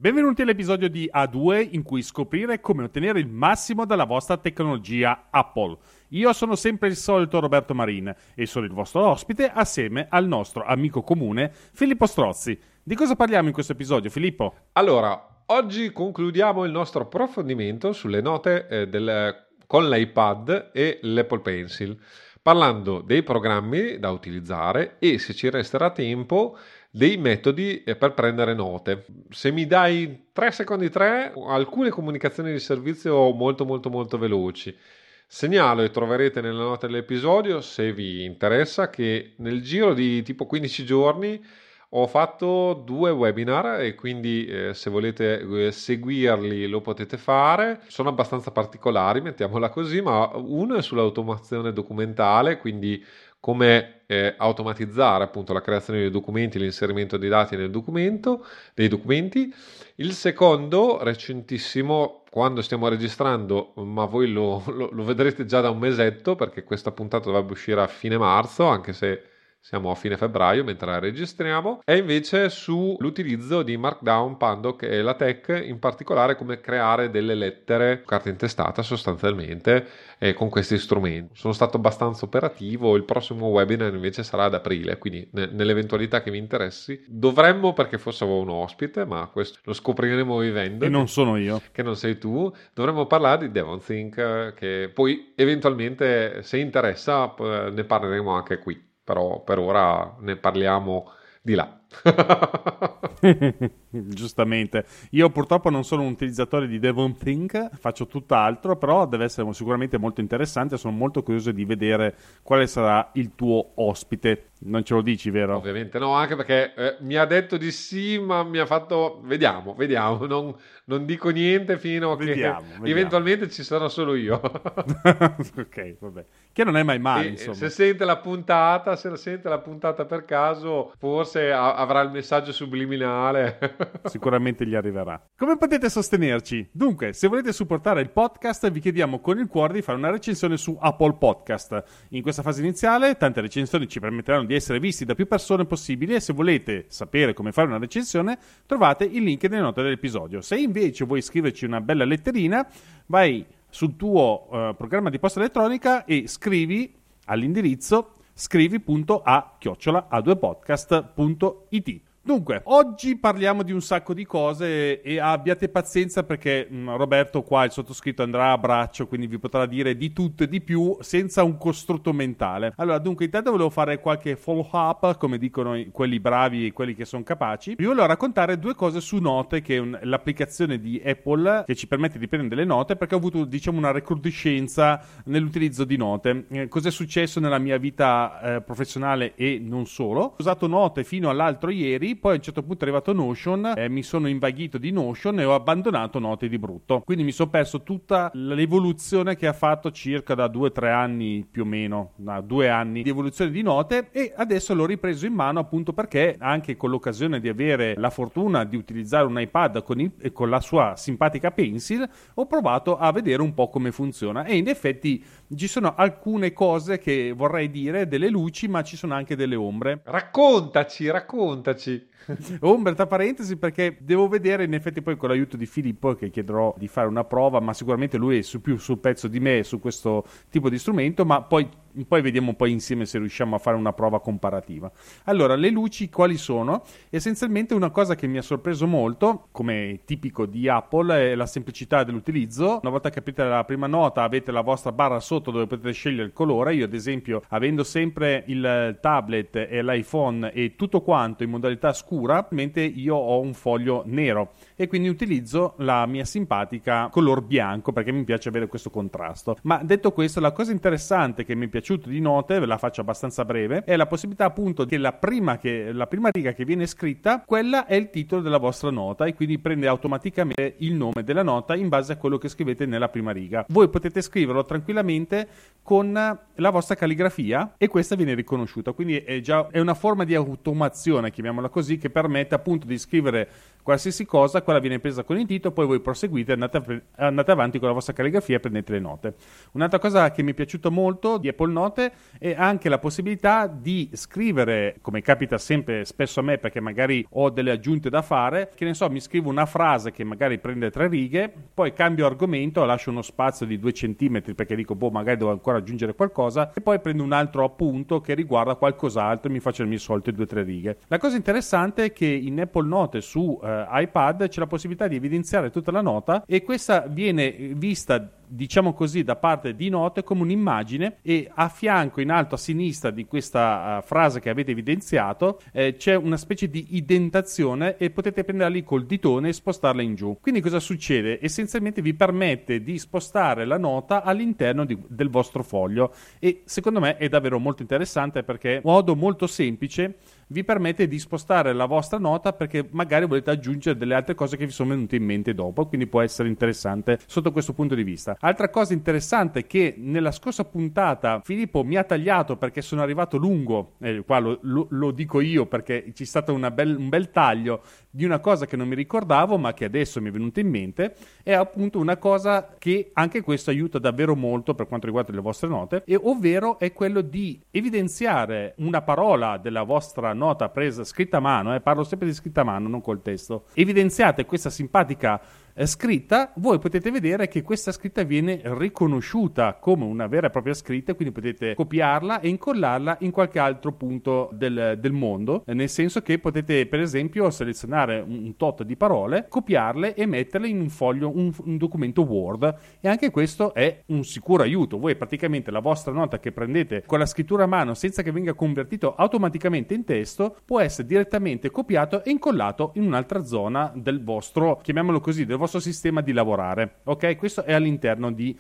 Benvenuti all'episodio di A2 in cui scoprire come ottenere il massimo dalla vostra tecnologia Apple. Io sono sempre il solito Roberto Marin e sono il vostro ospite assieme al nostro amico comune Filippo Strozzi. Di cosa parliamo in questo episodio, Filippo? Allora, oggi concludiamo il nostro approfondimento sulle note con l'iPad e l'Apple Pencil, parlando dei programmi da utilizzare e, se ci resterà tempo, dei metodi per prendere note. Se mi dai 3 secondi, alcune comunicazioni di servizio molto veloci. Segnalo e troverete nelle note dell'episodio, se vi interessa, che nel giro di tipo 15 giorni ho fatto 2 webinar e quindi se volete seguirli lo potete fare. Sono abbastanza particolari, mettiamola così, ma uno è sull'automazione documentale, quindi come automatizzare appunto la creazione dei documenti, l'inserimento dei dati dei documenti. Il secondo, recentissimo, quando stiamo registrando, ma voi lo vedrete già da un mesetto, perché questa puntata dovrebbe uscire a fine marzo, anche se siamo a fine febbraio mentre la registriamo, è invece sull'utilizzo di Markdown, Pandoc e LaTeX, in particolare come creare delle lettere, carta intestata sostanzialmente, con questi strumenti. Sono stato abbastanza operativo, il prossimo webinar invece sarà ad aprile, quindi nell'eventualità che vi interessi, dovremmo, perché forse avevo un ospite, ma questo lo scopriremo vivendo. E non sono io. Che non sei tu, dovremmo parlare di Devonthink, che poi eventualmente, se interessa, ne parleremo anche qui. Però per ora ne parliamo di là. Giustamente. Io purtroppo non sono un utilizzatore di Devonthink, faccio tutt'altro, però deve essere sicuramente molto interessante. Sono molto curioso di vedere quale sarà il tuo ospite. Non ce lo dici, vero? Ovviamente no, anche perché mi ha detto di sì, ma mi ha fatto vediamo, non dico niente fino a che eventualmente ci sarò solo io. Ok, vabbè. Che non è mai male, insomma. Se sente la puntata per caso, forse avrà il messaggio subliminale. Sicuramente gli arriverà. Come potete sostenerci? Dunque, se volete supportare il podcast, vi chiediamo con il cuore di fare una recensione su Apple Podcast. In questa fase iniziale, tante recensioni ci permetteranno di essere visti da più persone possibili, e se volete sapere come fare una recensione, trovate il link nelle note dell'episodio. Se invece vuoi scriverci una bella letterina, vai sul tuo programma di posta elettronica e scrivi all'indirizzo scrivi.a@a2podcast.it. Dunque, oggi parliamo di un sacco di cose e abbiate pazienza perché Roberto qua, il sottoscritto, andrà a braccio, quindi vi potrà dire di tutto e di più senza un costrutto mentale. Allora, dunque, intanto volevo fare qualche follow-up, come dicono quelli bravi e quelli che sono capaci. Vi volevo raccontare 2 cose su Note, che è l'applicazione di Apple che ci permette di prendere delle note, perché ho avuto, diciamo, una recrudescenza nell'utilizzo di Note. Cos'è successo nella mia vita professionale e non solo? Ho usato Note fino all'altro ieri. Poi a un certo punto è arrivato Notion, mi sono invaghito di Notion e ho abbandonato Note di brutto. Quindi mi sono perso tutta l'evoluzione che ha fatto circa da 2-3 anni più o meno, 2 anni di evoluzione di Note, e adesso l'ho ripreso in mano appunto perché, anche con l'occasione di avere la fortuna di utilizzare un iPad con la sua simpatica Pencil, ho provato a vedere un po' come funziona, e in effetti ci sono alcune cose che vorrei dire, delle luci, ma ci sono anche delle ombre. Raccontaci. Ombre tra parentesi, perché devo vedere, in effetti poi con l'aiuto di Filippo, che chiederò di fare una prova, ma sicuramente lui è più sul pezzo di me su questo tipo di strumento, ma poi vediamo poi insieme se riusciamo a fare una prova comparativa. Allora, le luci quali sono? Essenzialmente una cosa che mi ha sorpreso molto, come tipico di Apple, è la semplicità dell'utilizzo. Una volta che aprite la prima nota avete la vostra barra sotto dove potete scegliere il colore. Io ad esempio, avendo sempre il tablet e l'iPhone e tutto quanto in modalità scura, mentre io ho un foglio nero e quindi utilizzo la mia simpatica color bianco perché mi piace avere questo contrasto. Ma detto questo, la cosa interessante che mi è piaciuta di Note, ve la faccio abbastanza breve, è la possibilità appunto che la prima riga che viene scritta, quella è il titolo della vostra nota, e quindi prende automaticamente il nome della nota in base a quello che scrivete nella prima riga. Voi potete scriverlo tranquillamente con la vostra calligrafia e questa viene riconosciuta, quindi è una forma di automazione, chiamiamola così, che permette appunto di scrivere qualsiasi cosa, quella viene presa con il dito, poi voi proseguite, andate avanti con la vostra calligrafia e prendete le note. Un'altra cosa che mi è piaciuto molto di Apple Note è anche la possibilità di scrivere, come capita sempre spesso a me perché magari ho delle aggiunte da fare, che ne so, mi scrivo una frase che magari prende 3 righe, poi cambio argomento, lascio uno spazio di 2 centimetri perché dico magari devo ancora aggiungere qualcosa, e poi prendo un altro appunto che riguarda qualcos'altro e mi faccio le mie solite 2-3 righe. La cosa interessante è che in Apple Note su iPad c'è la possibilità di evidenziare tutta la nota, e questa viene vista, diciamo così, da parte di Note come un'immagine, e a fianco, in alto a sinistra di questa frase che avete evidenziato, c'è una specie di indentazione e potete prenderla lì col ditone e spostarla in giù. Quindi cosa succede? Essenzialmente vi permette di spostare la nota all'interno del vostro foglio, e secondo me è davvero molto interessante perché in modo molto semplice vi permette di spostare la vostra nota perché magari volete aggiungere delle altre cose che vi sono venute in mente dopo, quindi può essere interessante sotto questo punto di vista. Altra cosa interessante è che nella scorsa puntata Filippo mi ha tagliato perché sono arrivato lungo, qua lo dico io perché c'è stato un bel taglio di una cosa che non mi ricordavo ma che adesso mi è venuta in mente, è appunto una cosa che anche questo aiuta davvero molto per quanto riguarda le vostre note, e ovvero è quello di evidenziare una parola della vostra nota presa scritta a mano, parlo sempre di scritta a mano, non col testo. Evidenziate questa simpatica scritta, voi potete vedere che questa scritta viene riconosciuta come una vera e propria scritta, quindi potete copiarla e incollarla in qualche altro punto del mondo, nel senso che potete per esempio selezionare un tot di parole, copiarle e metterle in un foglio, un documento Word, e anche questo è un sicuro aiuto. Voi praticamente la vostra nota che prendete con la scrittura a mano senza che venga convertito automaticamente in testo può essere direttamente copiato e incollato in un'altra zona del vostro, chiamiamolo così, del vostro sistema di lavorare. Ok, questo è all'interno di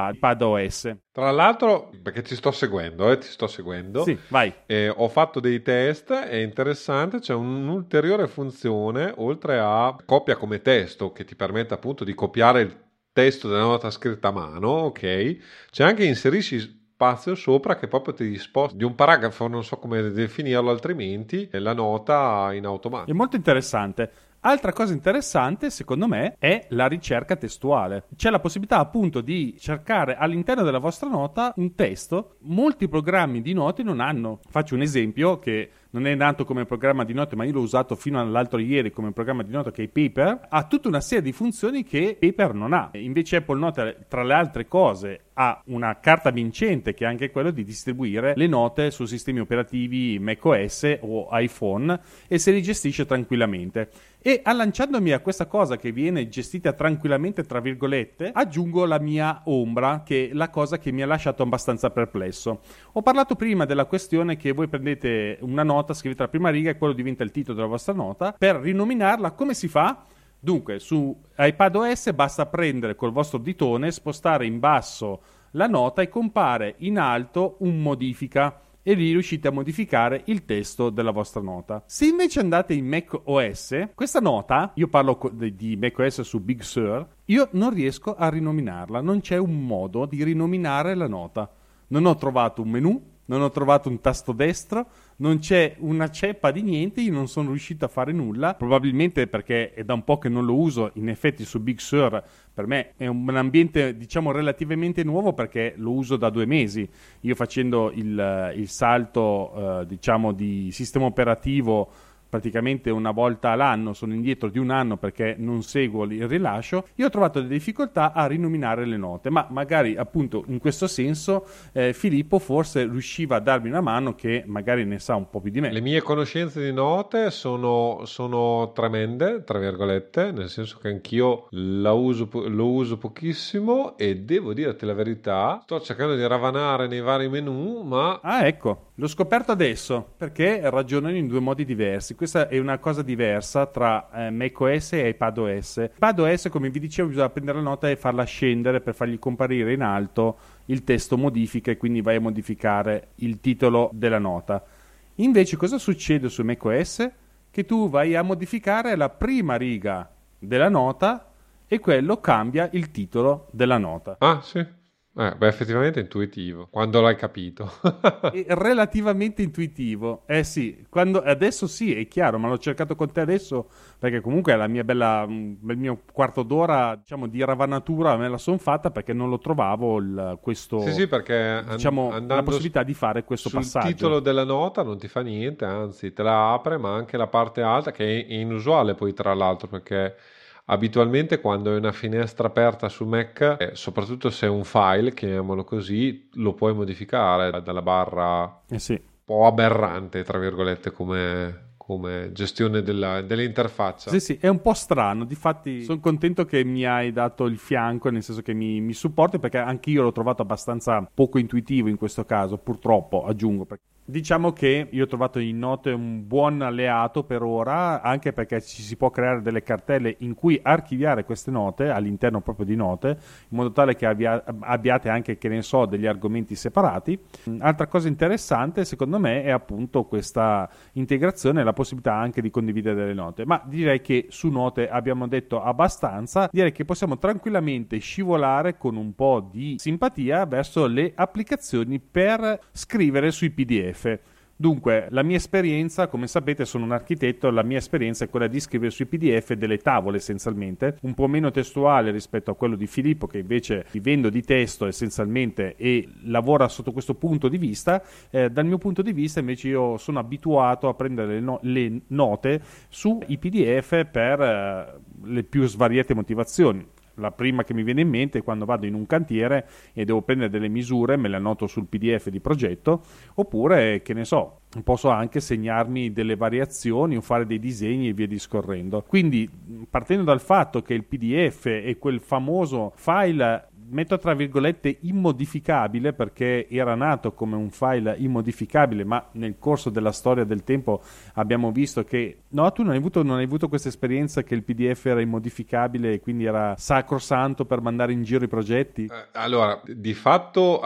iPadOS. Tra l'altro, perché ti sto seguendo. Sì, vai. Ho fatto dei test, è interessante, c'è un'ulteriore funzione oltre a copia come testo che ti permette appunto di copiare il testo della nota scritta a mano, ok? C'è anche inserisci spazio sopra che proprio ti sposta di un paragrafo, non so come definirlo altrimenti, la nota in automatico. È molto interessante. Altra cosa interessante, secondo me, è la ricerca testuale. C'è la possibilità appunto di cercare all'interno della vostra nota un testo. Molti programmi di note non hanno. Faccio un esempio che non è nato come programma di note, ma io l'ho usato fino all'altro ieri come programma di note, che è Paper. Ha tutta una serie di funzioni che Paper non ha. Invece Apple Note, tra le altre cose, ha una carta vincente che è anche quello di distribuire le note su sistemi operativi macOS o iPhone e se li gestisce tranquillamente. E allacciandomi a questa cosa che viene gestita tranquillamente, tra virgolette, aggiungo la mia ombra, che è la cosa che mi ha lasciato abbastanza perplesso. Ho parlato prima della questione che voi prendete una nota, scrivete la prima riga e quello diventa il titolo della vostra nota. Per rinominarla, come si fa? Dunque, su iPadOS basta prendere col vostro ditone, spostare in basso la nota e compare in alto un modifica, e lì riuscite a modificare il testo della vostra nota. Se invece andate in macOS, questa nota, io parlo di macOS su Big Sur, io non riesco a rinominarla, non c'è un modo di rinominare la nota. Non ho trovato un menu, non ho trovato un tasto destro, non c'è una ceppa di niente, io non sono riuscito a fare nulla, probabilmente perché è da un po' che non lo uso. In effetti su Big Sur per me è un ambiente diciamo relativamente nuovo perché lo uso da 2 mesi, io facendo il salto diciamo di sistema operativo praticamente una volta all'anno, sono indietro di un anno perché non seguo il rilascio. Io ho trovato delle difficoltà a rinominare le note, ma magari appunto in questo senso Filippo forse riusciva a darmi una mano che magari ne sa un po' più di me. Le mie conoscenze di note sono tremende, tra virgolette, nel senso che anch'io lo uso pochissimo e devo dirti la verità, sto cercando di ravanare nei vari menu, ma... Ah, ecco, l'ho scoperto adesso perché ragionano in 2 modi diversi. Questa è una cosa diversa tra macOS e iPadOS. iPadOS, come vi dicevo, bisogna prendere la nota e farla scendere per fargli comparire in alto il testo modifica e quindi vai a modificare il titolo della nota. Invece cosa succede su macOS? Che tu vai a modificare la prima riga della nota e quello cambia il titolo della nota. Ah, sì. Effettivamente è intuitivo, quando l'hai capito. È relativamente intuitivo. Eh sì, adesso sì, è chiaro, ma l'ho cercato con te adesso perché comunque è la mia il mio quarto d'ora, diciamo, di ravanatura me la son fatta perché non lo trovavo Sì, questo, sì, perché diciamo, la andando possibilità di fare questo sul titolo passaggio. della nota non ti fa niente, anzi te la apre, ma anche la parte alta, che è inusuale poi tra l'altro, perché abitualmente quando hai una finestra aperta su Mac, soprattutto se è un file, chiamiamolo così, lo puoi modificare dalla barra un Eh sì. po' aberrante, tra virgolette, come gestione dell'interfaccia. Sì, sì, è un po' strano. Difatti, sono contento che mi hai dato il fianco, nel senso che mi supporti, perché anche io l'ho trovato abbastanza poco intuitivo in questo caso, purtroppo, aggiungo. Diciamo che io ho trovato in Note un buon alleato per ora, anche perché ci si può creare delle cartelle in cui archiviare queste note all'interno proprio di Note, in modo tale che abbiate anche, che ne so, degli argomenti separati. Altra cosa interessante, secondo me, è appunto questa integrazione e la possibilità anche di condividere delle note. Ma direi che su Note abbiamo detto abbastanza, direi che possiamo tranquillamente scivolare con un po' di simpatia verso le applicazioni per scrivere sui PDF. Dunque, la mia esperienza, come sapete, sono un architetto, la mia esperienza è quella di scrivere sui PDF delle tavole essenzialmente, un po' meno testuale rispetto a quello di Filippo, che invece vivendo di testo essenzialmente e lavora sotto questo punto di vista. Dal mio punto di vista invece io sono abituato a prendere le note sui PDF per le più svariate motivazioni. La prima che mi viene in mente è quando vado in un cantiere e devo prendere delle misure, me le annoto sul PDF di progetto, oppure, che ne so, posso anche segnarmi delle variazioni o fare dei disegni e via discorrendo. Quindi, partendo dal fatto che il PDF è quel famoso file, metto tra virgolette, immodificabile, perché era nato come un file immodificabile, ma nel corso della storia del tempo abbiamo visto che no, tu non hai avuto questa esperienza che il PDF era immodificabile e quindi era sacrosanto per mandare in giro i progetti? Allora, di fatto,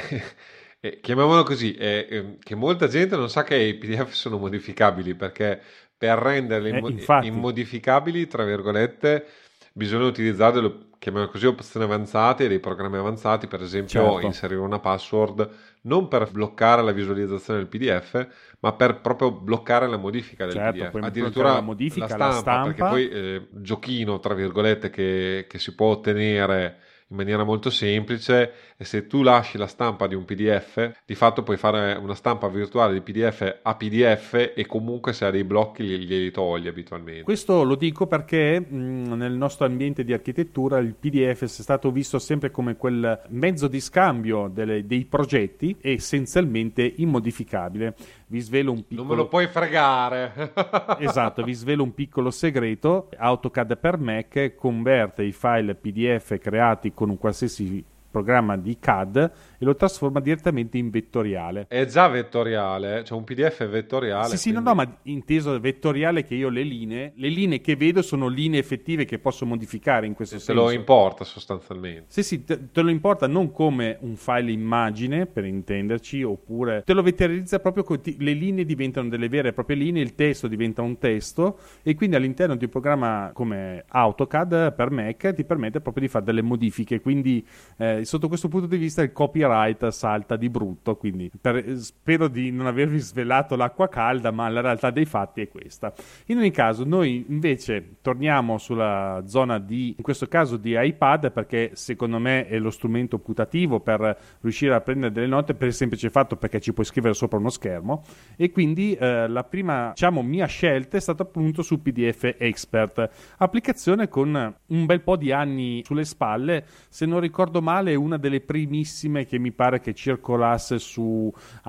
chiamiamolo così, che molta gente non sa che i PDF sono modificabili, perché per renderli Infatti, immodificabili, tra virgolette, bisogna utilizzare delle, chiamiamolo così, opzioni avanzate, dei programmi avanzati, per esempio certo, inserire una password non per bloccare la visualizzazione del PDF, ma per proprio bloccare la modifica del certo, PDF. puoi bloccare la Addirittura la modifica, la stampa, perché stampa. poi giochino, tra virgolette, che si può ottenere in maniera molto semplice, e se tu lasci la stampa di un PDF, di fatto puoi fare una stampa virtuale di PDF a PDF, e comunque se ha dei blocchi glieli togli abitualmente. Questo lo dico perché nel nostro ambiente di architettura il PDF è stato visto sempre come quel mezzo di scambio dei progetti essenzialmente immodificabile. Vi svelo un Non me lo piccolo puoi fregare. Esatto, vi svelo un piccolo segreto. AutoCAD per Mac converte i file PDF creati con un qualsiasi programma di CAD e lo trasforma direttamente in vettoriale. È già vettoriale, cioè un PDF Sì, vettoriale, sì, no, no, quindi ma inteso vettoriale che io le linee che vedo sono linee effettive che posso modificare in questo te lo senso. importa sostanzialmente. Sì, sì, te lo importa non come un file immagine, per intenderci, oppure te lo vettorializza proprio le linee diventano delle vere e proprie linee, il testo diventa un testo e quindi all'interno di un programma come AutoCAD per Mac ti permette proprio di fare delle modifiche, quindi sotto questo punto di vista il copyright salta di brutto, quindi spero di non avervi svelato l'acqua calda, ma la realtà dei fatti è questa. In ogni caso, noi invece torniamo sulla zona in questo caso di iPad, perché secondo me è lo strumento putativo per riuscire a prendere delle note per il semplice fatto perché ci puoi scrivere sopra uno schermo e quindi la prima, diciamo, mia scelta è stata appunto su PDF Expert, applicazione con un bel po' di anni sulle spalle, se non ricordo male è una delle primissime che mi pare che circolasse su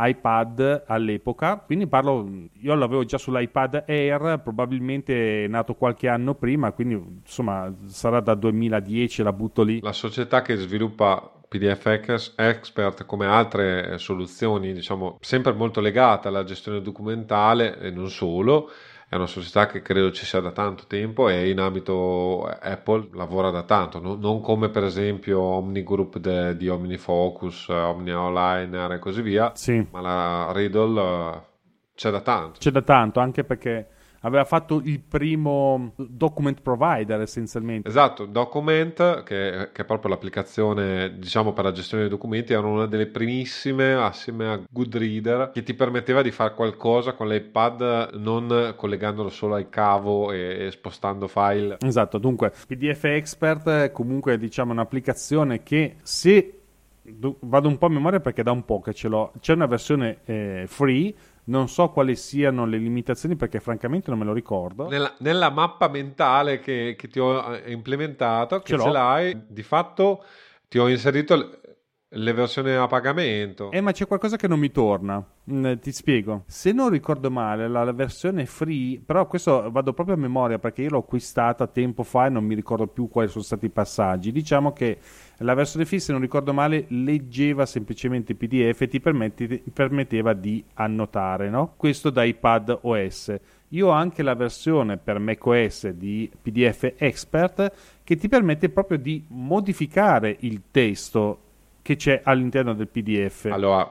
iPad all'epoca, quindi io l'avevo già sull'iPad Air, probabilmente è nato qualche anno prima, quindi insomma sarà da 2010, la butto lì. La società che sviluppa PDF Expert, come altre soluzioni, diciamo, sempre molto legata alla gestione documentale e non solo, è una società che credo ci sia da tanto tempo e in ambito Apple lavora da tanto, non come per esempio Omnigroup di OmniFocus, OmniAligner e così via, Sì. ma la Riddle c'è da tanto. C'è da tanto, anche perché aveva fatto il primo document provider essenzialmente. Esatto, Document, che è proprio l'applicazione, diciamo, per la gestione dei documenti, era una delle primissime, assieme a Goodreader, che ti permetteva di fare qualcosa con l'iPad non collegandolo solo al cavo e spostando file. Esatto, dunque PDF Expert è comunque diciamo un'applicazione che se vado un po' a memoria perché da un po' che ce l'ho, c'è una versione free, non so quali siano le limitazioni perché francamente non me lo ricordo. Nella mappa mentale che ti ho implementato, che ce l'hai, di fatto ti ho inserito le versioni a pagamento. Ma c'è qualcosa che non mi torna. Ti spiego. Se non ricordo male, la versione free, però questo vado proprio a memoria perché io l'ho acquistata tempo fa e non mi ricordo più quali sono stati i passaggi. Diciamo che la versione free, se non ricordo male, leggeva semplicemente il PDF e ti permetteva di annotare, no? Questo da iPad OS. Io ho anche la versione per macOS di PDF Expert che ti permette proprio di modificare il testo che c'è all'interno del PDF. Allora,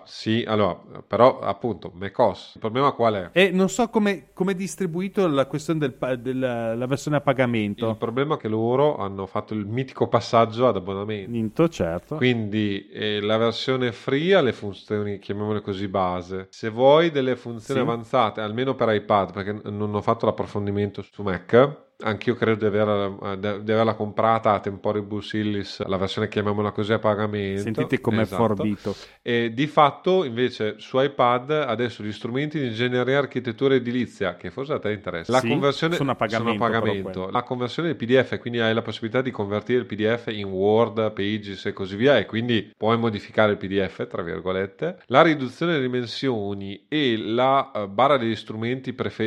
però appunto, macOS, il problema qual è? E non so come è distribuito la questione della versione a pagamento. Il problema è che loro hanno fatto il mitico passaggio ad abbonamento. Certo. Quindi la versione free ha le funzioni, chiamiamole così, base. Se vuoi delle funzioni avanzate, almeno per iPad, perché non ho fatto l'approfondimento su Mac, anch'io credo di averla comprata a temporibus illis, la versione, chiamiamola così, a pagamento. Sentite com'è forbito. E di fatto invece su iPad adesso gli strumenti di ingegneria e architettura edilizia, che forse a te interessa, la conversione sono a pagamento. La conversione del PDF, quindi hai la possibilità di convertire il PDF in Word, Pages e così via, e quindi puoi modificare il PDF, tra virgolette. La riduzione delle dimensioni e la barra degli strumenti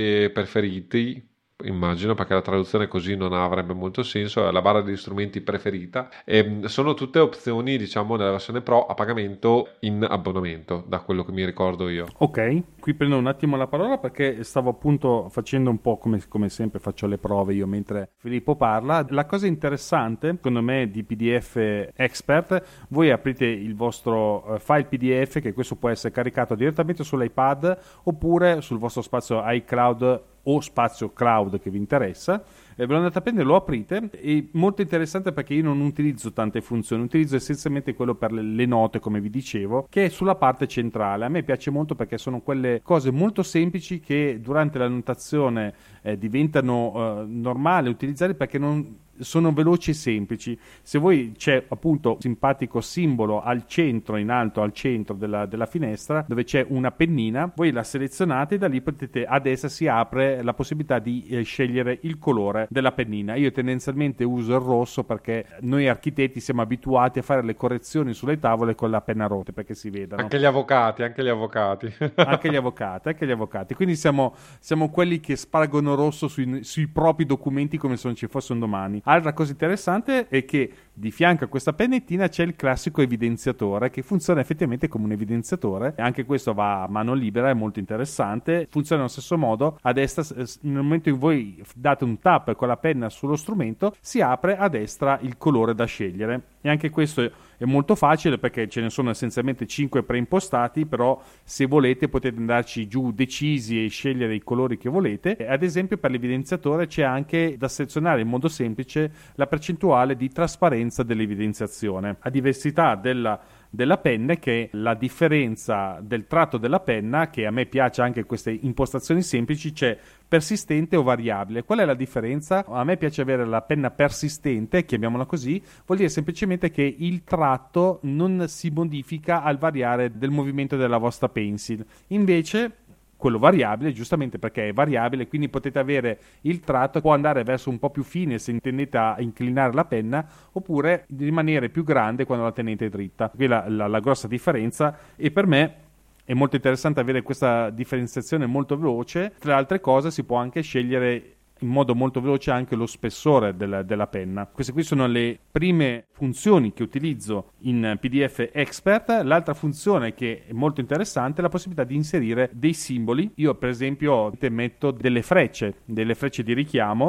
preferiti, immagino, perché la traduzione così non avrebbe molto senso, è la barra degli strumenti preferita, e sono tutte opzioni, diciamo, nella versione Pro a pagamento in abbonamento, da quello che mi ricordo io. Ok, qui prendo un attimo la parola perché stavo appunto facendo un po' come sempre faccio le prove io mentre Filippo parla. La cosa interessante secondo me di PDF Expert, voi aprite il vostro file PDF, che questo può essere caricato direttamente sull'iPad oppure sul vostro spazio iCloud o spazio cloud che vi interessa, ve lo andate a prendere, lo aprite. È molto interessante perché io non utilizzo tante funzioni, utilizzo essenzialmente quello per le note, come vi dicevo, che è sulla parte centrale. A me piace molto perché sono quelle cose molto semplici che durante la notazione diventano normali utilizzare perché non sono veloci e semplici. Se voi c'è appunto un simpatico simbolo al centro, in alto al centro della finestra, dove c'è una pennina, voi la selezionate e da lì potete, a destra si apre la possibilità di scegliere il colore della pennina. Io tendenzialmente uso il rosso perché noi architetti siamo abituati a fare le correzioni sulle tavole con la penna rotta perché si vedano. Anche gli avvocati. Anche gli avvocati. Quindi siamo quelli che spargono rosso sui propri documenti come se non ci fosse un domani. Altra cosa interessante è che di fianco a questa pennettina c'è il classico evidenziatore che funziona effettivamente come un evidenziatore. Anche questo va a mano libera, è molto interessante. Funziona allo stesso modo. A destra, nel momento in cui voi date un tap con la penna sullo strumento, si apre a destra il colore da scegliere. E anche questo è molto facile perché ce ne sono essenzialmente 5 preimpostati, però se volete potete andarci giù decisi e scegliere i colori che volete. Ad esempio per l'evidenziatore c'è anche da selezionare in modo semplice la percentuale di trasparenza dell'evidenziazione. A diversità della penna, che è la differenza del tratto della penna, che a me piace anche queste impostazioni semplici, c'è persistente o variabile. Qual è la differenza? A me piace avere la penna persistente, chiamiamola così, vuol dire semplicemente che il tratto non si modifica al variare del movimento della vostra pencil. Invece quello variabile, giustamente perché è variabile, quindi potete avere il tratto, può andare verso un po' più fine se intendete a inclinare la penna, oppure rimanere più grande quando la tenete dritta. Qui la grossa differenza, e per me è molto interessante avere questa differenziazione molto veloce. Tra le altre cose si può anche scegliere in modo molto veloce anche lo spessore della penna. Queste qui sono le prime funzioni che utilizzo in PDF Expert. L'altra funzione che è molto interessante è la possibilità di inserire dei simboli. Io per esempio metto delle frecce di richiamo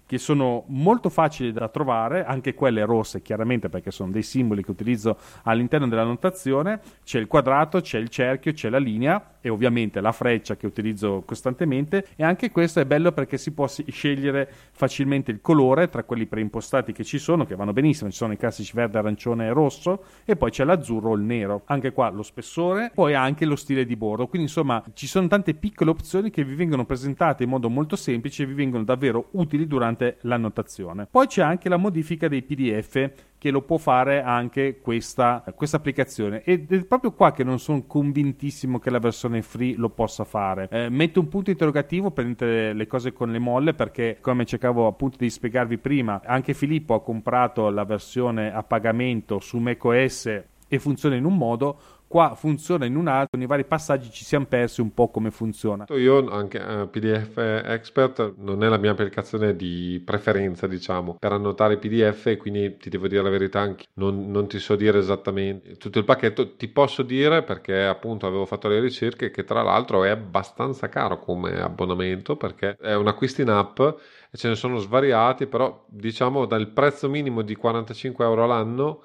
che sono molto facili da trovare, anche quelle rosse chiaramente perché sono dei simboli che utilizzo all'interno della notazione. C'è il quadrato, c'è il cerchio, c'è la linea e ovviamente la freccia che utilizzo costantemente, e anche questo è bello perché si può scegliere facilmente il colore tra quelli preimpostati che ci sono, che vanno benissimo. Ci sono i classici verde, arancione e rosso, e poi c'è l'azzurro o il nero. Anche qua lo spessore, poi anche lo stile di bordo. Quindi insomma ci sono tante piccole opzioni che vi vengono presentate in modo molto semplice e vi vengono davvero utili durante l'annotazione. Poi c'è anche la modifica dei PDF, che lo può fare anche questa applicazione, ed è proprio qua che non sono convintissimo che la versione free lo possa fare. Metto un punto interrogativo per le cose con le molle, perché come cercavo appunto di spiegarvi prima, anche Filippo ha comprato la versione a pagamento su macOS e funziona in un modo, qua funziona in un altro. Nei vari passaggi ci siamo persi un po' come funziona. Io anche PDF Expert non è la mia applicazione di preferenza, diciamo, per annotare i PDF, e quindi ti devo dire la verità, anche non ti so dire esattamente tutto il pacchetto. Ti posso dire, perché appunto avevo fatto le ricerche, che tra l'altro è abbastanza caro come abbonamento, perché è un acquisto in app e ce ne sono svariati, però diciamo dal prezzo minimo di 45 euro l'anno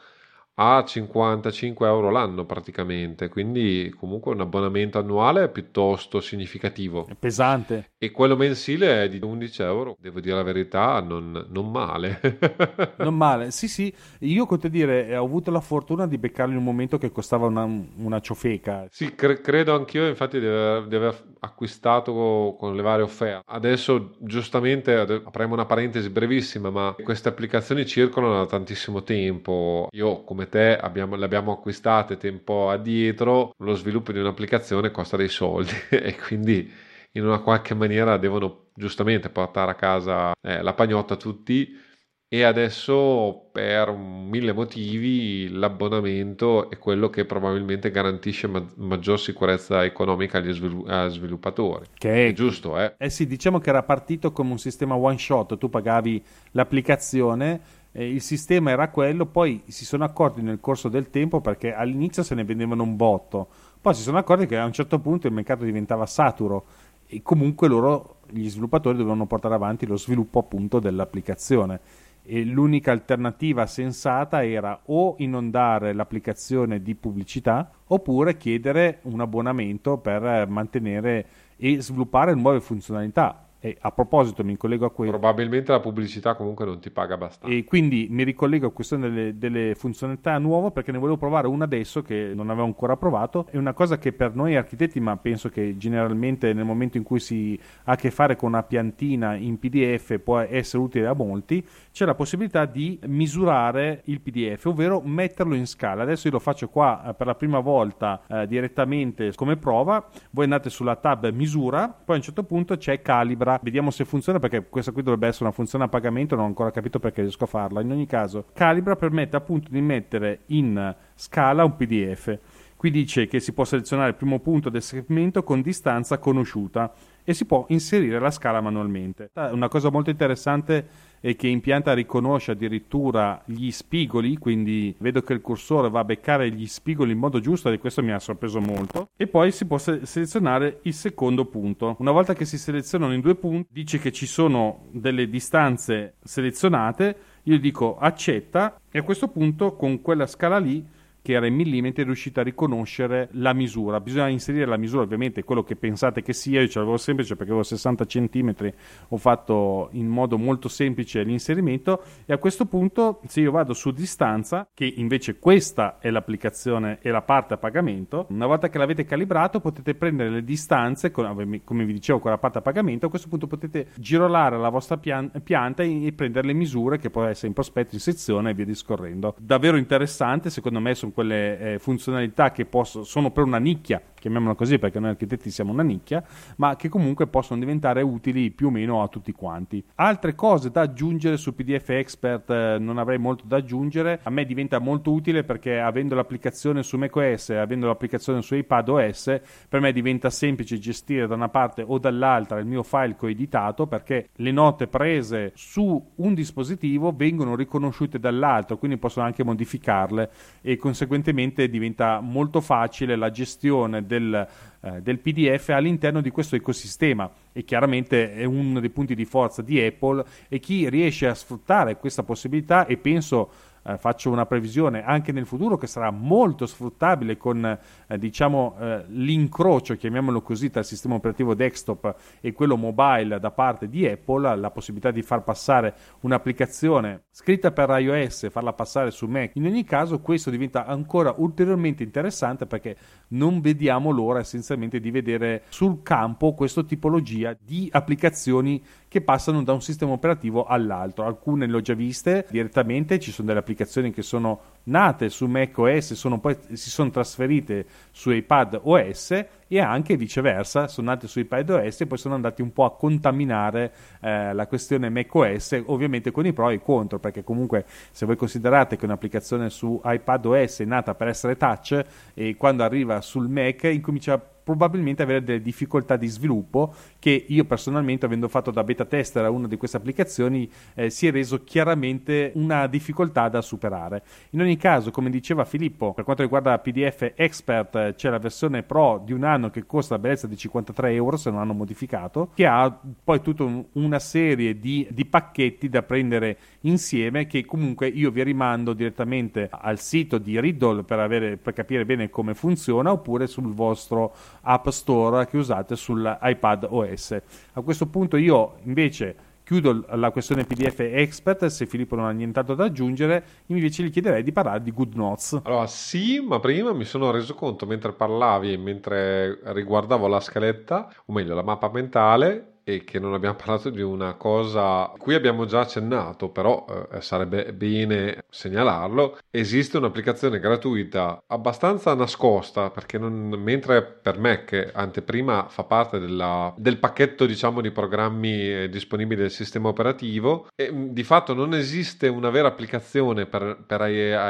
a 55 euro l'anno praticamente, quindi comunque un abbonamento annuale piuttosto significativo. È pesante. E quello mensile è di 11 euro, devo dire la verità, non male. Non male, sì, io con te dire, ho avuto la fortuna di beccarlo in un momento che costava una ciofeca. Sì, credo anch'io, infatti, di aver acquistato con le varie offerte. Adesso, giustamente, apriamo una parentesi brevissima, ma queste applicazioni circolano da tantissimo tempo. Io, come te, le abbiamo acquistate tempo addietro. Lo sviluppo di un'applicazione costa dei soldi e quindi in una qualche maniera devono giustamente portare a casa la pagnotta tutti. E adesso per mille motivi l'abbonamento è quello che probabilmente garantisce maggior sicurezza economica agli sviluppatori. Che È giusto, eh? Eh sì, diciamo che era partito come un sistema one shot, tu pagavi l'applicazione, il sistema era quello, poi si sono accorti nel corso del tempo, perché all'inizio se ne vendevano un botto, poi si sono accorti che a un certo punto il mercato diventava saturo e comunque gli sviluppatori dovevano portare avanti lo sviluppo appunto dell'applicazione. E l'unica alternativa sensata era o inondare l'applicazione di pubblicità oppure chiedere un abbonamento per mantenere e sviluppare nuove funzionalità. E a proposito mi collego a questo. Probabilmente la pubblicità comunque non ti paga abbastanza. E quindi mi ricollego a questione delle funzionalità nuove, perché ne volevo provare una adesso che non avevo ancora provato. È una cosa che per noi architetti, ma penso che generalmente nel momento in cui si ha a che fare con una piantina in PDF può essere utile a molti. C'è la possibilità di misurare il PDF, ovvero metterlo in scala. Adesso io lo faccio qua per la prima volta direttamente come prova. Voi andate sulla tab misura, poi a un certo punto c'è calibra. Vediamo se funziona, perché questa qui dovrebbe essere una funzione a pagamento, non ho ancora capito perché riesco a farla. In ogni caso, calibra permette appunto di mettere in scala un PDF. Qui dice che si può selezionare il primo punto del segmento con distanza conosciuta e si può inserire la scala manualmente. Una cosa molto interessante è che in pianta riconosce addirittura gli spigoli, quindi vedo che il cursore va a beccare gli spigoli in modo giusto e questo mi ha sorpreso molto. E poi si può selezionare il secondo punto. Una volta che si selezionano i due punti, dice che ci sono delle distanze selezionate, io dico accetta e a questo punto con quella scala lì, che era in millimetri, è riuscito a riconoscere la misura. Bisogna inserire la misura, ovviamente quello che pensate che sia. Io ce l'avevo semplice perché avevo 60 centimetri, ho fatto in modo molto semplice l'inserimento e a questo punto se io vado su distanza, che invece questa è l'applicazione e la parte a pagamento, una volta che l'avete calibrato potete prendere le distanze come vi dicevo con la parte a pagamento. A questo punto potete girolare la vostra pianta e prendere le misure, che può essere in prospetto, in sezione e via discorrendo. Davvero interessante, secondo me sono quelle funzionalità che sono per una nicchia, chiamiamola così perché noi architetti siamo una nicchia, ma che comunque possono diventare utili più o meno a tutti quanti. Altre cose da aggiungere su PDF Expert, non avrei molto da aggiungere. A me diventa molto utile perché avendo l'applicazione su macOS e avendo l'applicazione su iPadOS, per me diventa semplice gestire da una parte o dall'altra il mio file coeditato, perché le note prese su un dispositivo vengono riconosciute dall'altro, quindi posso anche modificarle e conseguentemente conseguentemente diventa molto facile la gestione del PDF all'interno di questo ecosistema, e chiaramente è uno dei punti di forza di Apple, e chi riesce a sfruttare questa possibilità, e penso faccio una previsione anche nel futuro che sarà molto sfruttabile con l'incrocio, chiamiamolo così, tra il sistema operativo desktop e quello mobile da parte di Apple, la possibilità di far passare un'applicazione scritta per iOS e farla passare su Mac. In ogni caso questo diventa ancora ulteriormente interessante, perché non vediamo l'ora essenzialmente di vedere sul campo questa tipologia di applicazioni che passano da un sistema operativo all'altro. Alcune le ho già viste direttamente, ci sono delle applicazioni che sono nate su macOS, poi si sono trasferite su iPad OS, e anche viceversa, sono nate su iPad OS e poi sono andati un po' a contaminare la questione macOS, ovviamente con i pro e i contro, perché comunque se voi considerate che un'applicazione su iPad OS è nata per essere touch, e quando arriva sul Mac incomincia probabilmente avere delle difficoltà di sviluppo, che io personalmente, avendo fatto da beta tester a una di queste applicazioni, si è reso chiaramente una difficoltà da superare. In ogni caso, come diceva Filippo, per quanto riguarda PDF Expert c'è la versione Pro di un anno che costa la bellezza di 53 euro se non hanno modificato, che ha poi tutta una serie di pacchetti da prendere insieme, che comunque io vi rimando direttamente al sito di Riddle per capire bene come funziona, oppure sul vostro App Store che usate sull'iPad OS. A questo punto io invece chiudo la questione PDF Expert. Se Filippo non ha nient'altro da aggiungere, invece gli chiederei di parlare di GoodNotes. Allora sì, ma prima mi sono reso conto, mentre parlavi e mentre riguardavo la scaletta, o meglio la mappa mentale, e che non abbiamo parlato di una cosa a cui abbiamo già accennato, però sarebbe bene segnalarlo. Esiste un'applicazione gratuita abbastanza nascosta, perché mentre per Mac Anteprima fa parte del pacchetto, diciamo, di programmi disponibili del sistema operativo, e di fatto non esiste una vera applicazione per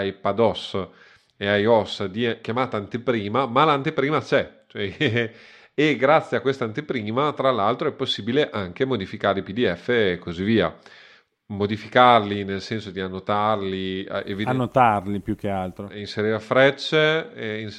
iPadOS e iOS chiamata Anteprima, ma l'anteprima c'è, cioè, e grazie a questa anteprima, tra l'altro, è possibile anche modificare i PDF e così via. Modificarli nel senso di annotarli, annotarli più che altro, inserire frecce,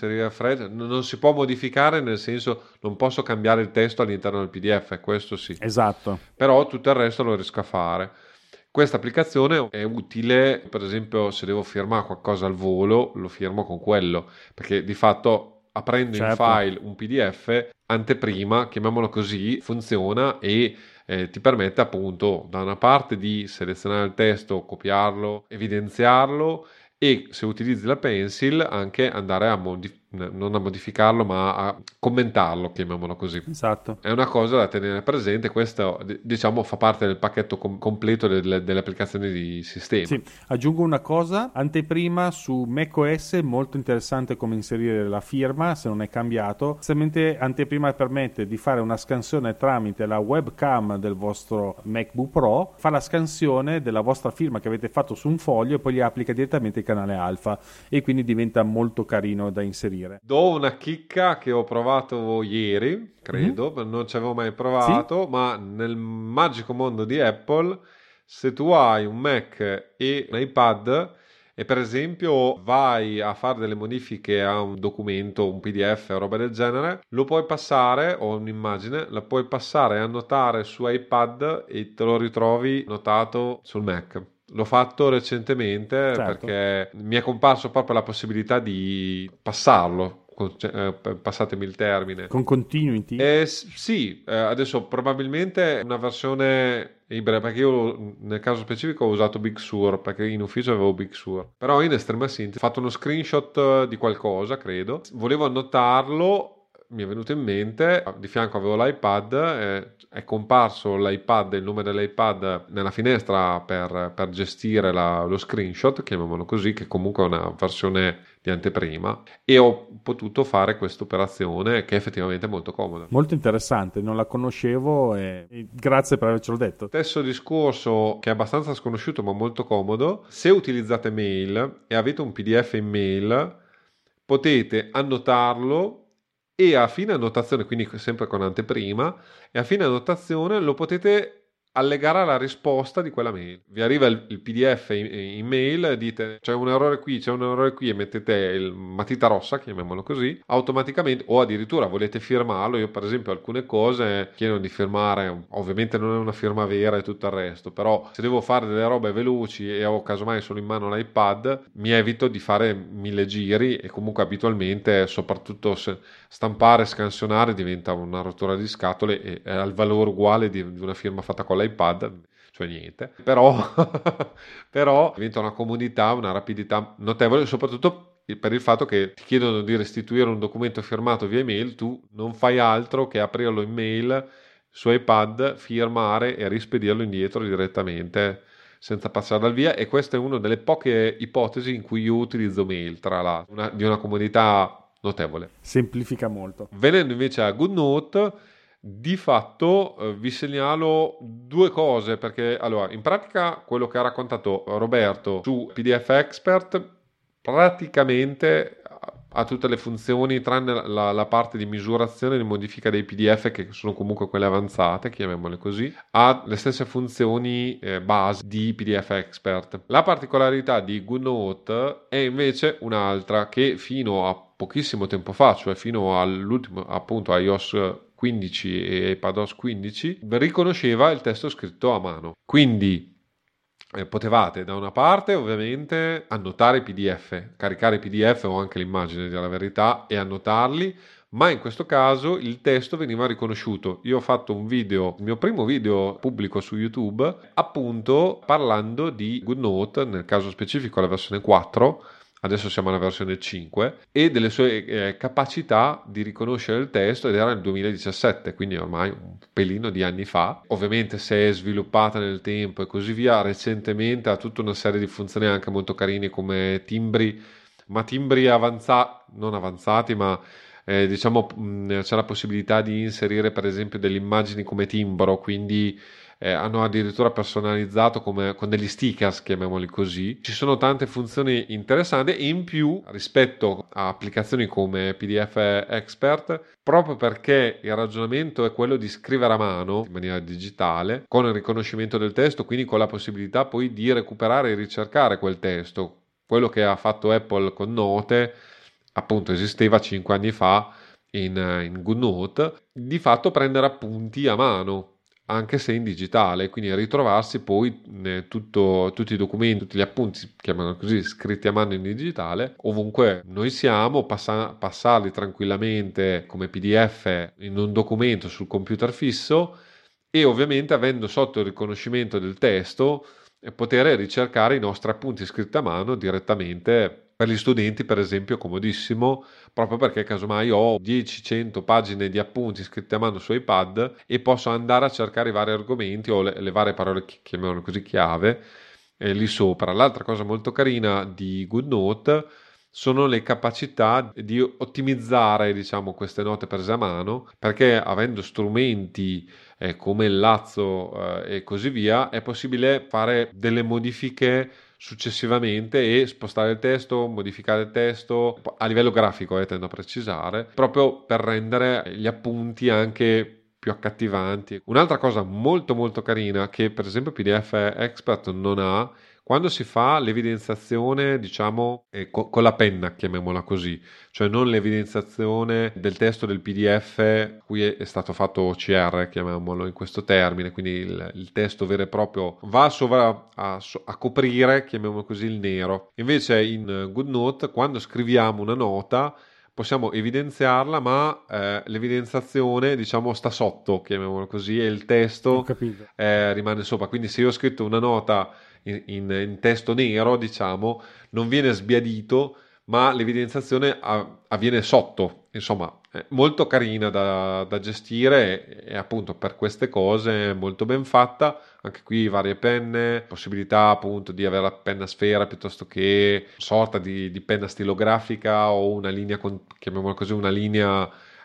non si può modificare, nel senso non posso cambiare il testo all'interno del PDF, questo sì. Esatto. Però tutto il resto lo riesco a fare. Questa applicazione è utile, per esempio, se devo firmare qualcosa al volo, lo firmo con quello, perché di fatto aprendo in file un PDF, Anteprima, chiamiamolo così, funziona e ti permette appunto da una parte di selezionare il testo, copiarlo, evidenziarlo, e se utilizzi la Pencil anche andare non a modificarlo ma a commentarlo, chiamiamolo così. Esatto. È una cosa da tenere presente, questo diciamo fa parte del pacchetto completo delle applicazioni di sistema. Sì, aggiungo una cosa, Anteprima su macOS, molto interessante come inserire la firma se non è cambiato. Semplicemente Anteprima permette di fare una scansione tramite la webcam del vostro MacBook Pro, fa la scansione della vostra firma che avete fatto su un foglio e poi gli applica direttamente il canale alfa, e quindi diventa molto carino da inserire. Do una chicca che ho provato ieri, credo, non ci avevo mai provato, sì? Ma nel magico mondo di Apple, se tu hai un Mac e un iPad e per esempio vai a fare delle modifiche a un documento, un PDF o roba del genere, lo puoi passare, o un'immagine, la puoi passare e annotare su iPad e te lo ritrovi annotato sul Mac. L'ho fatto recentemente, certo, perché mi è comparso proprio la possibilità di passarlo, passatemi il termine. Con continuity? Sì, adesso probabilmente una versione ibrida, perché io nel caso specifico ho usato Big Sur, perché in ufficio avevo Big Sur. Però in estrema sintesi ho fatto uno screenshot di qualcosa, credo. Volevo annotarlo, mi è venuto in mente, di fianco avevo l'iPad, è comparso l'iPad, il nome dell'iPad nella finestra per gestire lo screenshot, chiamiamolo così, che comunque è una versione di anteprima, e ho potuto fare questa operazione che è effettivamente molto comoda. Molto interessante, non la conoscevo e grazie per avercelo detto. Stesso discorso, che è abbastanza sconosciuto ma molto comodo: se utilizzate mail e avete un PDF in mail, potete annotarlo e a fine annotazione, quindi sempre con anteprima, e a fine annotazione lo potete allegare alla risposta di quella mail. Vi arriva il PDF in mail, dite c'è un errore qui e mettete il matita rossa, chiamiamolo così, automaticamente, o addirittura volete firmarlo. Io per esempio alcune cose chiedono di firmare, ovviamente non è una firma vera e tutto il resto, però se devo fare delle robe veloci e ho casomai solo in mano l'iPad, mi evito di fare 1000 giri, e comunque abitualmente, soprattutto se stampare, scansionare diventa una rottura di scatole e ha il valore uguale di una firma fatta con l'iPad, cioè niente, però diventa una comodità, una rapidità notevole, soprattutto per il fatto che ti chiedono di restituire un documento firmato via email, tu non fai altro che aprirlo in mail su iPad, firmare e rispedirlo indietro direttamente senza passare dal via. E questa è una delle poche ipotesi in cui io utilizzo mail, tra l'altro, di una comodità notevole. Semplifica molto. Venendo invece a GoodNote, di fatto vi segnalo due cose, perché allora in pratica quello che ha raccontato Roberto su PDF Expert praticamente ha tutte le funzioni tranne la parte di misurazione e di modifica dei PDF, che sono comunque quelle avanzate, chiamiamole così. Ha le stesse funzioni base di PDF Expert. La particolarità di GoodNote è invece un'altra, che fino a pochissimo tempo fa, cioè fino all'ultimo, appunto, iOS 15 e iPadOS 15, riconosceva il testo scritto a mano. Quindi potevate da una parte ovviamente annotare i PDF, caricare i PDF o anche l'immagine della verità e annotarli, ma in questo caso il testo veniva riconosciuto. Io ho fatto un video, il mio primo video pubblico su YouTube, appunto parlando di GoodNote, nel caso specifico la versione 4, adesso siamo alla versione 5, e delle sue capacità di riconoscere il testo, ed era nel 2017, quindi ormai un pelino di anni fa. Ovviamente si è sviluppata nel tempo e così via, recentemente ha tutta una serie di funzioni anche molto carine come timbri, ma timbri non avanzati, ma diciamo c'è la possibilità di inserire per esempio delle immagini come timbro, quindi hanno addirittura personalizzato con degli stickers, chiamiamoli così. Ci sono tante funzioni interessanti, e in più rispetto a applicazioni come PDF Expert, proprio perché il ragionamento è quello di scrivere a mano in maniera digitale con il riconoscimento del testo, quindi con la possibilità poi di recuperare e ricercare quel testo. Quello che ha fatto Apple con Note appunto esisteva 5 anni fa in GoodNote, di fatto prendere appunti a mano anche se in digitale, quindi ritrovarsi poi tutti i documenti, tutti gli appunti, chiamano così, scritti a mano in digitale, ovunque noi siamo, passarli tranquillamente come PDF in un documento sul computer fisso, e ovviamente avendo sotto il riconoscimento del testo poter ricercare i nostri appunti scritti a mano direttamente. Per gli studenti, per esempio, comodissimo, proprio perché casomai ho 10-100 pagine di appunti scritte a mano su iPad e posso andare a cercare i vari argomenti o le varie parole, chiamiamolo così, chiave, lì sopra. L'altra cosa molto carina di GoodNote sono le capacità di ottimizzare, diciamo, queste note prese a mano, perché avendo strumenti come il lazzo e così via, è possibile fare delle modifiche successivamente e spostare il testo, modificare il testo a livello grafico, tendo a precisare, proprio per rendere gli appunti anche più accattivanti. Un'altra cosa molto molto carina che per esempio PDF Expert non ha, quando si fa l'evidenziazione, diciamo, con la penna, chiamiamola così, cioè non l'evidenziazione del testo del PDF, cui è stato fatto OCR, chiamiamolo in questo termine, quindi il testo vero e proprio va a coprire, chiamiamolo così, il nero. Invece in GoodNote, quando scriviamo una nota, possiamo evidenziarla, ma l'evidenziazione, diciamo, sta sotto, chiamiamolo così, e il testo rimane sopra. Quindi se io ho scritto una nota in testo nero, diciamo, non viene sbiadito, ma l'evidenziazione avviene sotto. Insomma, è molto carina da gestire, e appunto per queste cose è molto ben fatta. Anche qui varie penne, possibilità appunto di avere la penna sfera piuttosto che sorta di penna stilografica, o una linea, chiamiamola così, una linea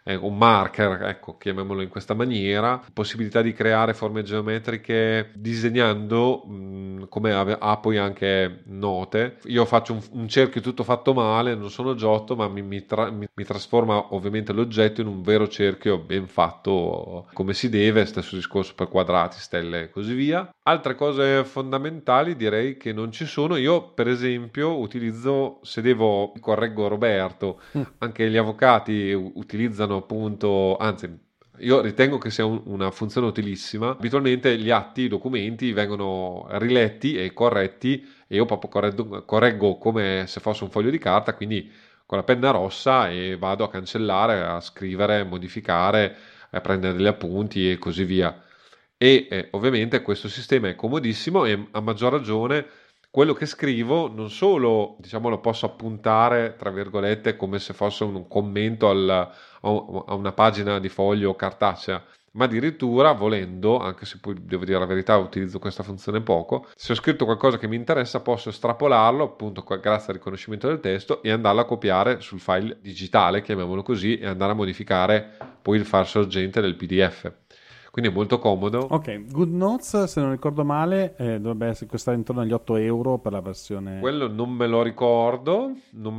un marker, ecco, chiamiamolo in questa maniera, possibilità di creare forme geometriche disegnando, come ha poi anche note. Io faccio un cerchio tutto fatto male, non sono Giotto, ma mi trasforma ovviamente l'oggetto in un vero cerchio ben fatto come si deve, stesso discorso per quadrati, stelle e così via. Altre cose fondamentali direi che non ci sono. Io per esempio utilizzo, se devo, correggo Roberto, anche gli avvocati utilizzano appunto, anzi io ritengo che sia una funzione utilissima. Abitualmente gli atti, i documenti vengono riletti e corretti e io proprio correggo come se fosse un foglio di carta, quindi con la penna rossa, e vado a cancellare, a scrivere, modificare, a prendere degli appunti e così via. E ovviamente questo sistema è comodissimo e a maggior ragione quello che scrivo non solo, diciamo, lo posso appuntare, tra virgolette, come se fosse un commento a una pagina di foglio cartacea, ma addirittura volendo, anche se poi devo dire la verità, utilizzo questa funzione poco, se ho scritto qualcosa che mi interessa posso estrapolarlo appunto grazie al riconoscimento del testo e andarlo a copiare sul file digitale, chiamiamolo così, e andare a modificare poi il file sorgente del PDF. Quindi è molto comodo. Ok, GoodNotes, se non ricordo male, dovrebbe costare intorno agli 8 euro per la versione. Quello non me lo ricordo.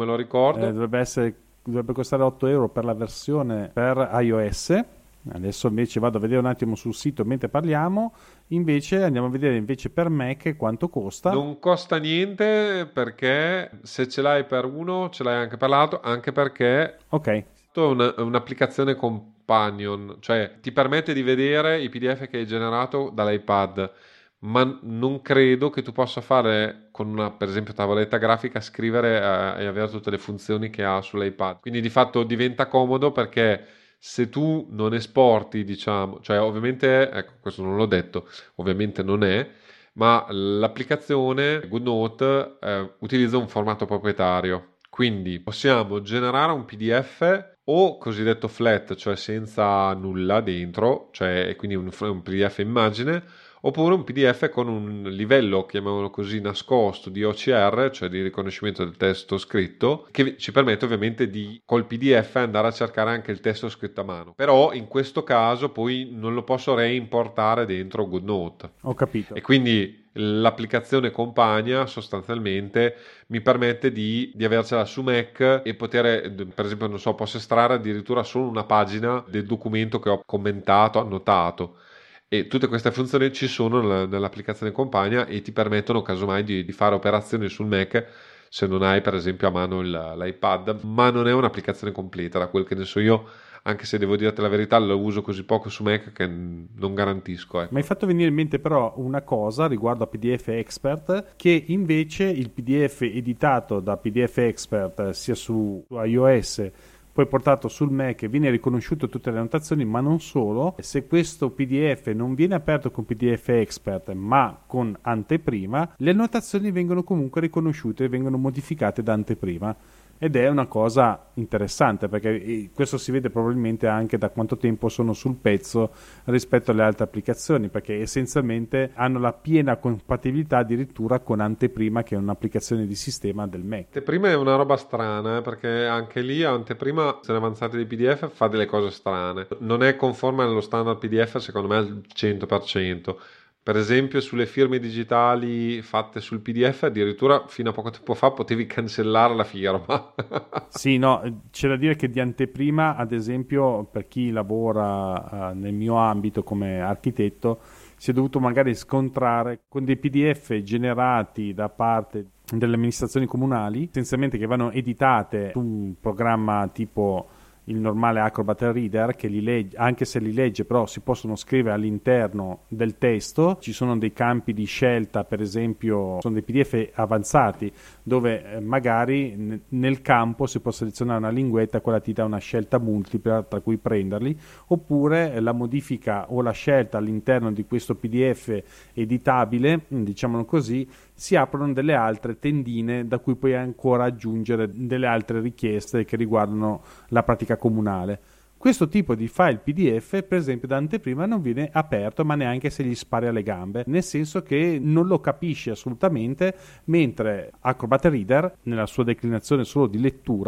Dovrebbe costare 8 euro per la versione per iOS. Adesso invece vado a vedere un attimo sul sito mentre parliamo. Invece andiamo a vedere invece per Mac quanto costa. Non costa niente, perché se ce l'hai per uno ce l'hai anche per l'altro, anche perché ok, è un'applicazione companion, cioè ti permette di vedere i PDF che hai generato dall'iPad, ma non credo che tu possa fare con una, per esempio, tavoletta grafica, scrivere e avere tutte le funzioni che ha sull'iPad. Quindi di fatto diventa comodo, perché se tu non esporti, diciamo, cioè ovviamente, ecco, questo non l'ho detto, ovviamente non è, ma l'applicazione GoodNote utilizza un formato proprietario. Quindi possiamo generare un PDF o cosiddetto flat, cioè senza nulla dentro, cioè quindi un PDF immagine, oppure un PDF con un livello, chiamiamolo così, nascosto di OCR, cioè di riconoscimento del testo scritto, che ci permette ovviamente di col PDF andare a cercare anche il testo scritto a mano. Però in questo caso poi non lo posso reimportare dentro GoodNote. ho capito. E quindi l'applicazione Compagna sostanzialmente mi permette di avercela su Mac e poter, per esempio, non so, posso estrarre addirittura solo una pagina del documento che ho commentato, annotato. E tutte queste funzioni ci sono nell'applicazione Compagna e ti permettono casomai di fare operazioni sul Mac se non hai per esempio a mano l'iPad, ma non è un'applicazione completa, da quel che ne so io, anche se devo dirti la verità, lo uso così poco su Mac che non garantisco. Mi hai fatto venire in mente però una cosa riguardo a PDF Expert, che invece il PDF editato da PDF Expert sia su iOS poi portato sul Mac viene riconosciuto tutte le annotazioni, ma non solo. Se questo PDF non viene aperto con PDF Expert ma con anteprima, le annotazioni vengono comunque riconosciute e vengono modificate da anteprima. Ed è una cosa interessante, perché questo si vede probabilmente anche da quanto tempo sono sul pezzo rispetto alle altre applicazioni, perché essenzialmente hanno la piena compatibilità addirittura con Anteprima, che è un'applicazione di sistema del Mac. Anteprima è una roba strana, perché anche lì Anteprima, se ne avanzate di PDF, fa delle cose strane. Non è conforme allo standard PDF secondo me al 100%. Per esempio sulle firme digitali fatte sul PDF addirittura fino a poco tempo fa potevi cancellare la firma. Sì, no, c'è da dire che di Anteprima, ad esempio, per chi lavora nel mio ambito come architetto, si è dovuto magari scontrare con dei PDF generati da parte delle amministrazioni comunali, essenzialmente che vanno editate su un programma tipo il normale Acrobat Reader, che li legge, anche se li legge, però si possono scrivere all'interno del testo. Ci sono dei campi di scelta, per esempio sono dei PDF avanzati dove magari nel campo si può selezionare una linguetta, quella ti dà una scelta multipla tra cui prenderli, oppure la modifica o la scelta all'interno di questo PDF editabile, diciamolo così, si aprono delle altre tendine da cui puoi ancora aggiungere delle altre richieste che riguardano la pratica comunale. Questo tipo di file PDF, per esempio, da Anteprima non viene aperto, ma neanche se gli spari alle gambe, nel senso che non lo capisci assolutamente, mentre Acrobat Reader, nella sua declinazione solo di lettura,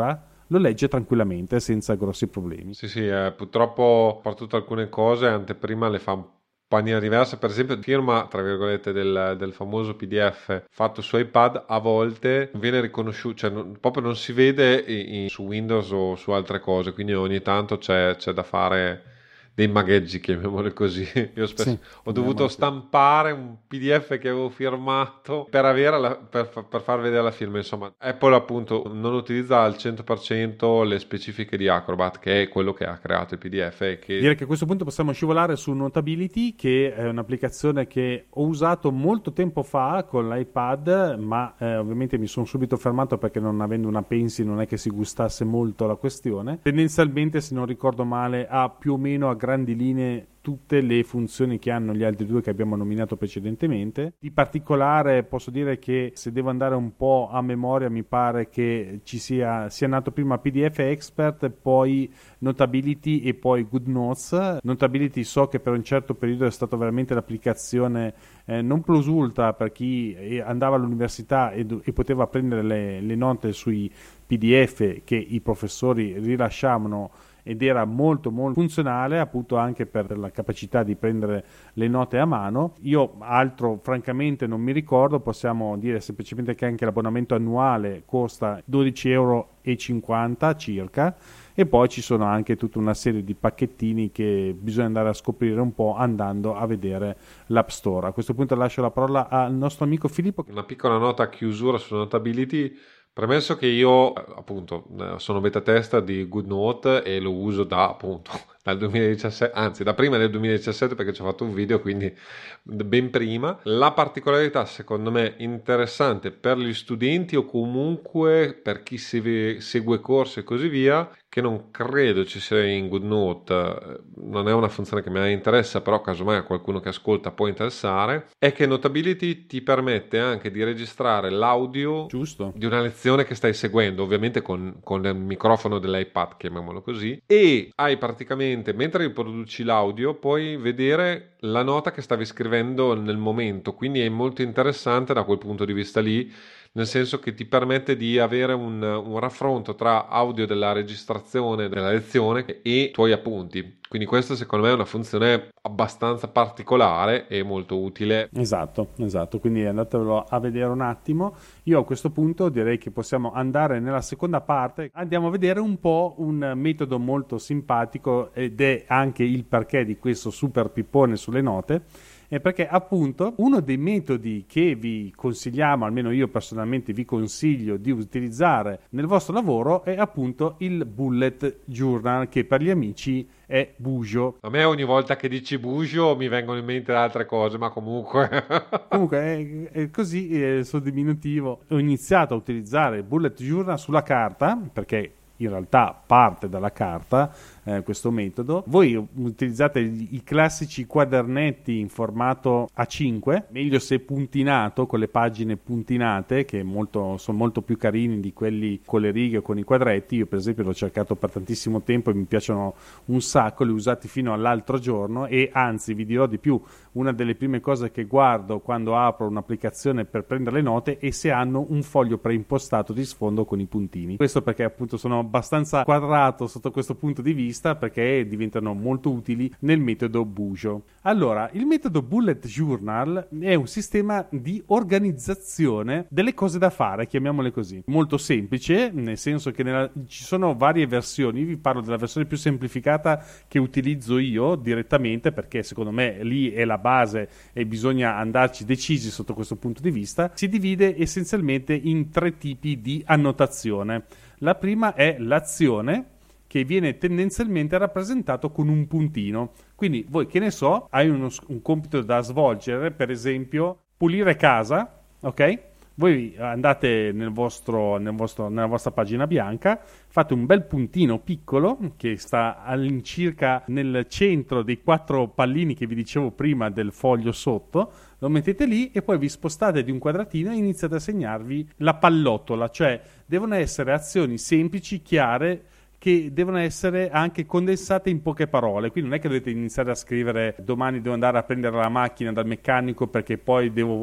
lo legge tranquillamente senza grossi problemi. Sì, sì, purtroppo soprattutto alcune cose anteprima le fa un po' in maniera diversa. Per esempio, firma, tra virgolette, del famoso PDF fatto su iPad a volte non viene riconosciuto, cioè proprio non si vede su Windows o su altre cose, quindi ogni tanto c'è da fare dei magheggi, chiamiamole così. Io spesso ho dovuto stampare un PDF che avevo firmato per per far vedere la firma. Insomma, Apple appunto non utilizza al 100% le specifiche di Acrobat, che è quello che ha creato il PDF. Direi che a questo punto possiamo scivolare su Notability, che è un'applicazione che ho usato molto tempo fa con l'iPad, ma ovviamente mi sono subito fermato perché non avendo una Pencil non è che si gustasse molto la questione. Tendenzialmente, se non ricordo male, ha più o meno a grandi linee tutte le funzioni che hanno gli altri due che abbiamo nominato precedentemente. Di particolare posso dire che, se devo andare un po' a memoria, mi pare che sia nato prima PDF Expert, poi Notability e poi GoodNotes. Notability so che per un certo periodo è stata veramente l'applicazione non plus ultra per chi andava all'università e poteva prendere le note sui PDF che i professori rilasciavano, ed era molto molto funzionale appunto anche per la capacità di prendere le note a mano. Io altro francamente non mi ricordo, possiamo dire semplicemente che anche l'abbonamento annuale costa 12,50 € circa, e poi ci sono anche tutta una serie di pacchettini che bisogna andare a scoprire un po' andando a vedere l'App Store. A questo punto lascio la parola al nostro amico Filippo. Una piccola nota a chiusura su Notability. Premesso che io appunto sono beta tester di GoodNote e lo uso dal 2017, anzi da prima del 2017, perché ci ho fatto un video, quindi ben prima. La particolarità secondo me interessante per gli studenti o comunque per chi segue corsi e così via, che non credo ci sia in GoodNote, non è una funzione che mi interessa, però casomai a qualcuno che ascolta può interessare, è che Notability ti permette anche di registrare l'audio di una lezione che stai seguendo, ovviamente con il microfono dell'iPad, chiamiamolo così, e hai praticamente, mentre riproduci l'audio, puoi vedere la nota che stavi scrivendo nel momento, quindi è molto interessante da quel punto di vista lì, nel senso che ti permette di avere un raffronto tra audio della registrazione della lezione e i tuoi appunti. Quindi questa secondo me è una funzione abbastanza particolare e molto utile. Esatto, quindi andatevelo a vedere un attimo. Io a questo punto direi che possiamo andare nella seconda parte. Andiamo a vedere un po' un metodo molto simpatico, ed è anche il perché di questo super pippone sulle note. Perché appunto uno dei metodi che vi consigliamo, almeno io personalmente vi consiglio di utilizzare nel vostro lavoro, è appunto il bullet journal, che per gli amici è Bugio. A me ogni volta che dici Bugio mi vengono in mente altre cose, ma comunque è così, è suo diminutivo. Ho iniziato a utilizzare il bullet journal sulla carta, perché in realtà parte dalla carta questo metodo. Voi utilizzate i classici quadernetti in formato A5, meglio se puntinato, con le pagine puntinate, che sono molto più carini di quelli con le righe o con i quadretti. Io per esempio l'ho cercato per tantissimo tempo e mi piacciono un sacco, li ho usati fino all'altro giorno, e anzi vi dirò di più, una delle prime cose che guardo quando apro un'applicazione per prendere le note è se hanno un foglio preimpostato di sfondo con i puntini. Questo perché appunto sono abbastanza quadrato sotto questo punto di vista, perché diventano molto utili nel metodo Bugio. Allora, il metodo Bullet Journal è un sistema di organizzazione delle cose da fare, chiamiamole così. Molto semplice, nel senso che ci sono varie versioni. Vi parlo della versione più semplificata che utilizzo io direttamente, perché secondo me lì è la base e bisogna andarci decisi sotto questo punto di vista. Si divide essenzialmente in 3 tipi di annotazione. La prima è l'azione, che viene tendenzialmente rappresentato con un puntino. Quindi voi, che ne so, hai un compito da svolgere, per esempio pulire casa, ok? Voi andate nella vostra pagina bianca, fate un bel puntino piccolo che sta all'incirca nel centro dei 4 pallini che vi dicevo prima del foglio sotto, lo mettete lì e poi vi spostate di un quadratino e iniziate a segnarvi la pallottola, cioè devono essere azioni semplici, chiare, che devono essere anche condensate in poche parole. Quindi non è che dovete iniziare a scrivere domani devo andare a prendere la macchina dal meccanico perché poi devo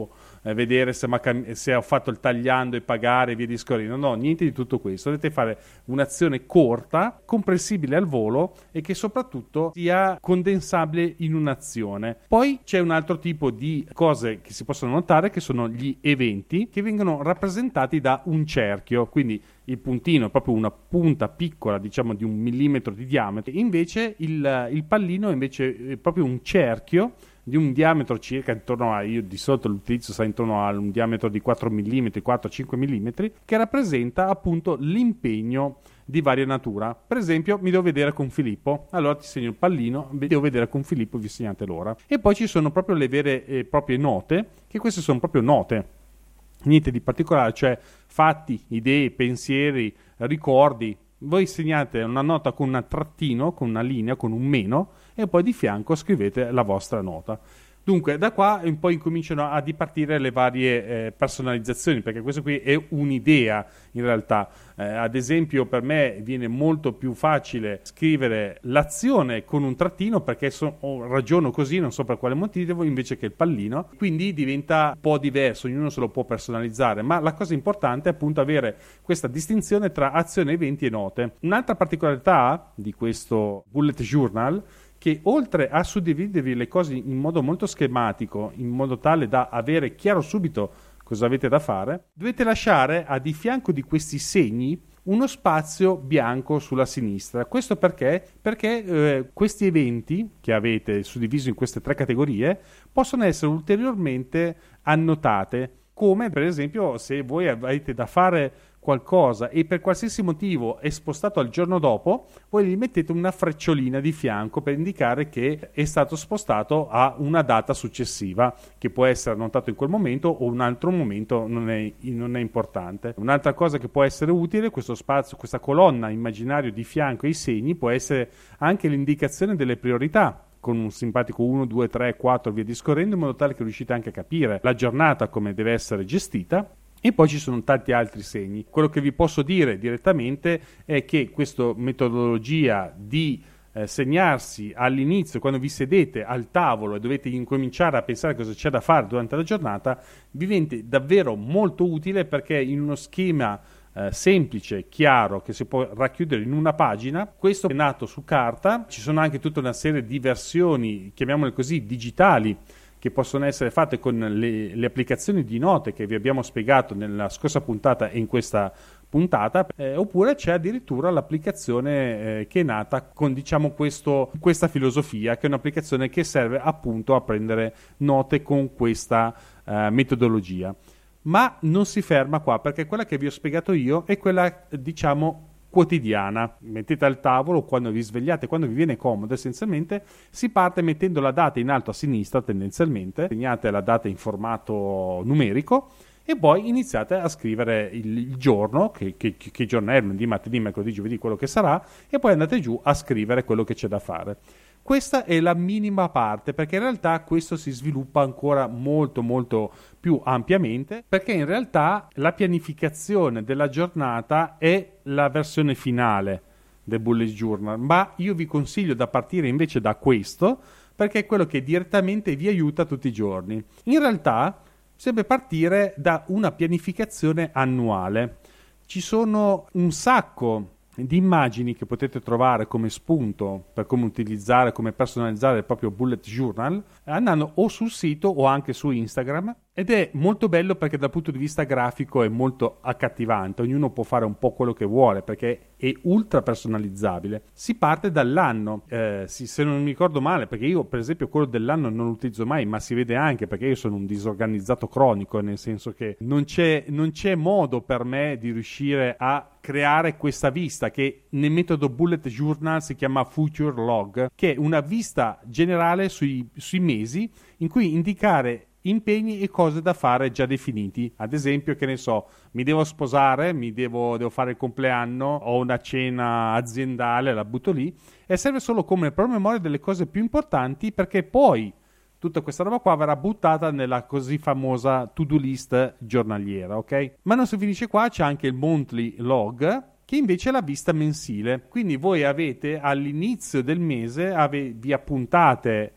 vedere se ho fatto il tagliando e pagare e via discorrendo. No, niente di tutto questo. Dovete fare un'azione corta, comprensibile al volo e che soprattutto sia condensabile in un'azione. Poi c'è un altro tipo di cose che si possono notare, che sono gli eventi, che vengono rappresentati da un cerchio, quindi il puntino è proprio una punta piccola, diciamo di 1 millimetro di diametro, invece il pallino invece è proprio un cerchio di un diametro circa intorno a, io di solito l'utilizzo sta intorno a un diametro di 4 mm, 4-5 mm, che rappresenta appunto l'impegno di varia natura. Per esempio, mi devo vedere con Filippo, allora ti segno il pallino, mi devo vedere con Filippo, vi segnate l'ora. E poi ci sono proprio le vere e proprie note, che queste sono proprio note, niente di particolare, cioè fatti, idee, pensieri, ricordi. Voi segnate una nota con un trattino, con una linea, con un meno, e poi di fianco scrivete la vostra nota. Dunque, da qua in poi incominciano a dipartire le varie personalizzazioni, perché questo qui è un'idea in realtà. Ad esempio, per me viene molto più facile scrivere l'azione con un trattino, perché ragiono così, non so per quale motivo, invece che il pallino. Quindi diventa un po' diverso, ognuno se lo può personalizzare, ma la cosa importante è appunto avere questa distinzione tra azione, eventi e note. Un'altra particolarità di questo bullet journal, che oltre a suddividervi le cose in modo molto schematico, in modo tale da avere chiaro subito cosa avete da fare, dovete lasciare di fianco di questi segni uno spazio bianco sulla sinistra. Questo perché? Perché questi eventi che avete suddivisi in queste 3 categorie possono essere ulteriormente annotate, come per esempio se voi avete da fare qualcosa e per qualsiasi motivo è spostato al giorno dopo, voi gli mettete una frecciolina di fianco per indicare che è stato spostato a una data successiva, che può essere annotato in quel momento o un altro momento, non è importante. Un'altra cosa che può essere utile, questo spazio, questa colonna immaginario di fianco ai segni, può essere anche l'indicazione delle priorità, con un simpatico 1, 2, 3, 4 via discorrendo, in modo tale che riuscite anche a capire la giornata come deve essere gestita. E poi ci sono tanti altri segni. Quello che vi posso dire direttamente è che questa metodologia di segnarsi all'inizio, quando vi sedete al tavolo e dovete incominciare a pensare cosa c'è da fare durante la giornata, vi diventa davvero molto utile, perché in uno schema semplice, chiaro, che si può racchiudere in una pagina. Questo è nato su carta, ci sono anche tutta una serie di versioni, chiamiamole così, digitali, che possono essere fatte con le applicazioni di note che vi abbiamo spiegato nella scorsa puntata e in questa puntata, oppure c'è addirittura l'applicazione che è nata con, diciamo, questa filosofia, che è un'applicazione che serve appunto a prendere note con questa metodologia. Ma non si ferma qua, perché quella che vi ho spiegato io è quella, diciamo, quotidiana. Mettete al tavolo quando vi svegliate, quando vi viene comodo. Essenzialmente si parte mettendo la data in alto a sinistra, tendenzialmente segnate la data in formato numerico e poi iniziate a scrivere il giorno, che giorno è, lunedì, martedì, mercoledì, giovedì, quello che sarà, e poi andate giù a scrivere quello che c'è da fare. Questa è la minima parte, perché in realtà questo si sviluppa ancora molto molto più ampiamente, perché in realtà la pianificazione della giornata è la versione finale del bullet journal, ma io vi consiglio da partire invece da questo, perché è quello che direttamente vi aiuta tutti i giorni. In realtà serve partire da una pianificazione annuale. Ci sono un sacco di immagini che potete trovare come spunto per come utilizzare, come personalizzare il proprio bullet journal, andando o sul sito o anche su Instagram, ed è molto bello perché dal punto di vista grafico è molto accattivante. Ognuno può fare un po' quello che vuole perché è ultra personalizzabile. Si parte dall'anno, se non mi ricordo male, perché io per esempio quello dell'anno non lo utilizzo mai, ma si vede anche perché io sono un disorganizzato cronico, nel senso che non c'è modo per me di riuscire a creare questa vista che nel metodo bullet journal si chiama future log, che è una vista generale sui mesi in cui indicare impegni e cose da fare già definiti. Ad esempio, che ne so, mi devo sposare, devo fare il compleanno, ho una cena aziendale, la butto lì, e serve solo come promemoria delle cose più importanti, perché poi tutta questa roba qua verrà buttata nella così famosa to-do list giornaliera, ok? Ma non si finisce qua, c'è anche il monthly log, che invece è la vista mensile. Quindi voi avete all'inizio del mese, vi appuntate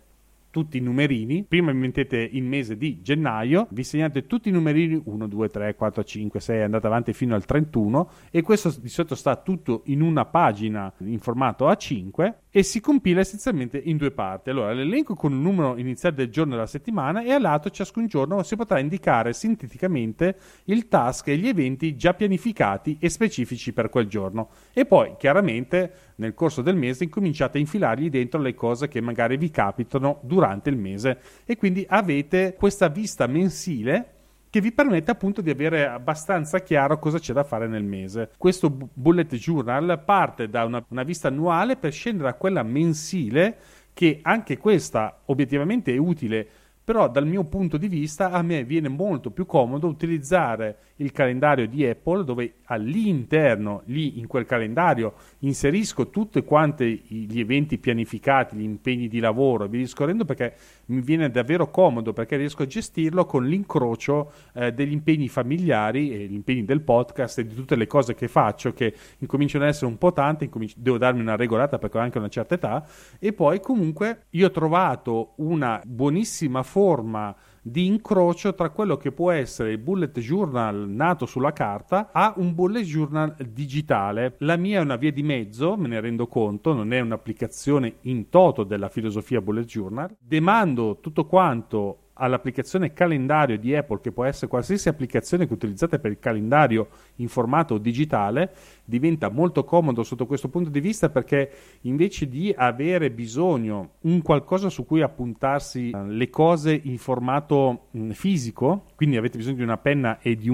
tutti i numerini, prima vi mettete il mese di gennaio, vi segnate tutti i numerini 1, 2, 3, 4, 5, 6, andate avanti fino al 31 e questo di solito sta tutto in una pagina in formato A5 e si compila essenzialmente in due parti. Allora, l'elenco con il numero iniziale del giorno della settimana e al lato ciascun giorno si potrà indicare sinteticamente il task e gli eventi già pianificati e specifici per quel giorno. E poi, chiaramente, nel corso del mese incominciate a infilargli dentro le cose che magari vi capitano durante il mese e quindi avete questa vista mensile che vi permette appunto di avere abbastanza chiaro cosa c'è da fare nel mese. Questo bullet journal parte da una vista annuale per scendere a quella mensile, che anche questa obiettivamente è utile, però dal mio punto di vista a me viene molto più comodo utilizzare il calendario di Apple, dove all'interno, lì in quel calendario, inserisco tutti quanti gli eventi pianificati, gli impegni di lavoro e via discorrendo, perché mi viene davvero comodo, perché riesco a gestirlo con l'incrocio degli impegni familiari e gli impegni del podcast e di tutte le cose che faccio, che incominciano ad essere un po' tante, devo darmi una regolata perché ho anche una certa età, e poi comunque io ho trovato una buonissima forma di incrocio tra quello che può essere il bullet journal nato sulla carta a un bullet journal digitale. La mia è una via di mezzo, me ne rendo conto, non è un'applicazione in toto della filosofia bullet journal. Demando tutto quanto all'applicazione calendario di Apple, che può essere qualsiasi applicazione che utilizzate per il calendario in formato digitale. Diventa molto comodo sotto questo punto di vista, perché invece di avere bisogno un qualcosa su cui appuntarsi le cose in formato fisico, quindi avete bisogno di una penna e di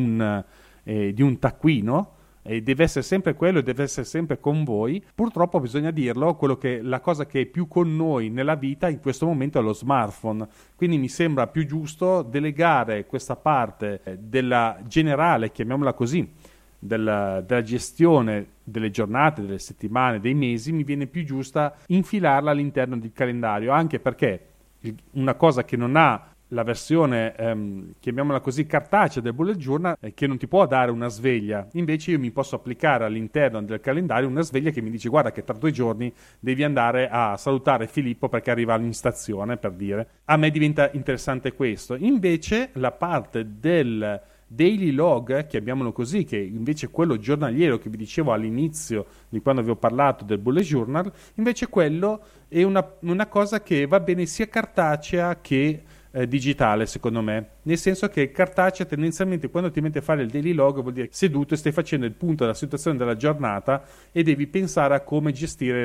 un taccuino, e deve essere sempre quello e deve essere sempre con voi. Purtroppo bisogna dirlo, la cosa che è più con noi nella vita in questo momento è lo smartphone, quindi mi sembra più giusto delegare questa parte della generale, chiamiamola così, della gestione delle giornate, delle settimane, dei mesi. Mi viene più giusta infilarla all'interno del calendario, anche perché una cosa che non ha la versione, chiamiamola così, cartacea del bullet journal, che non ti può dare una sveglia. Invece io mi posso applicare all'interno del calendario una sveglia che mi dice: guarda che tra 2 giorni devi andare a salutare Filippo perché arriva in stazione, per dire. A me diventa interessante questo. Invece la parte del daily log, chiamiamolo così, che invece è quello giornaliero che vi dicevo all'inizio di quando vi ho parlato del bullet journal, invece quello è una cosa che va bene sia cartacea che digitale, secondo me, nel senso che cartacea tendenzialmente quando ti metti a fare il daily log vuol dire che seduto e stai facendo il punto della situazione della giornata e devi pensare a come gestire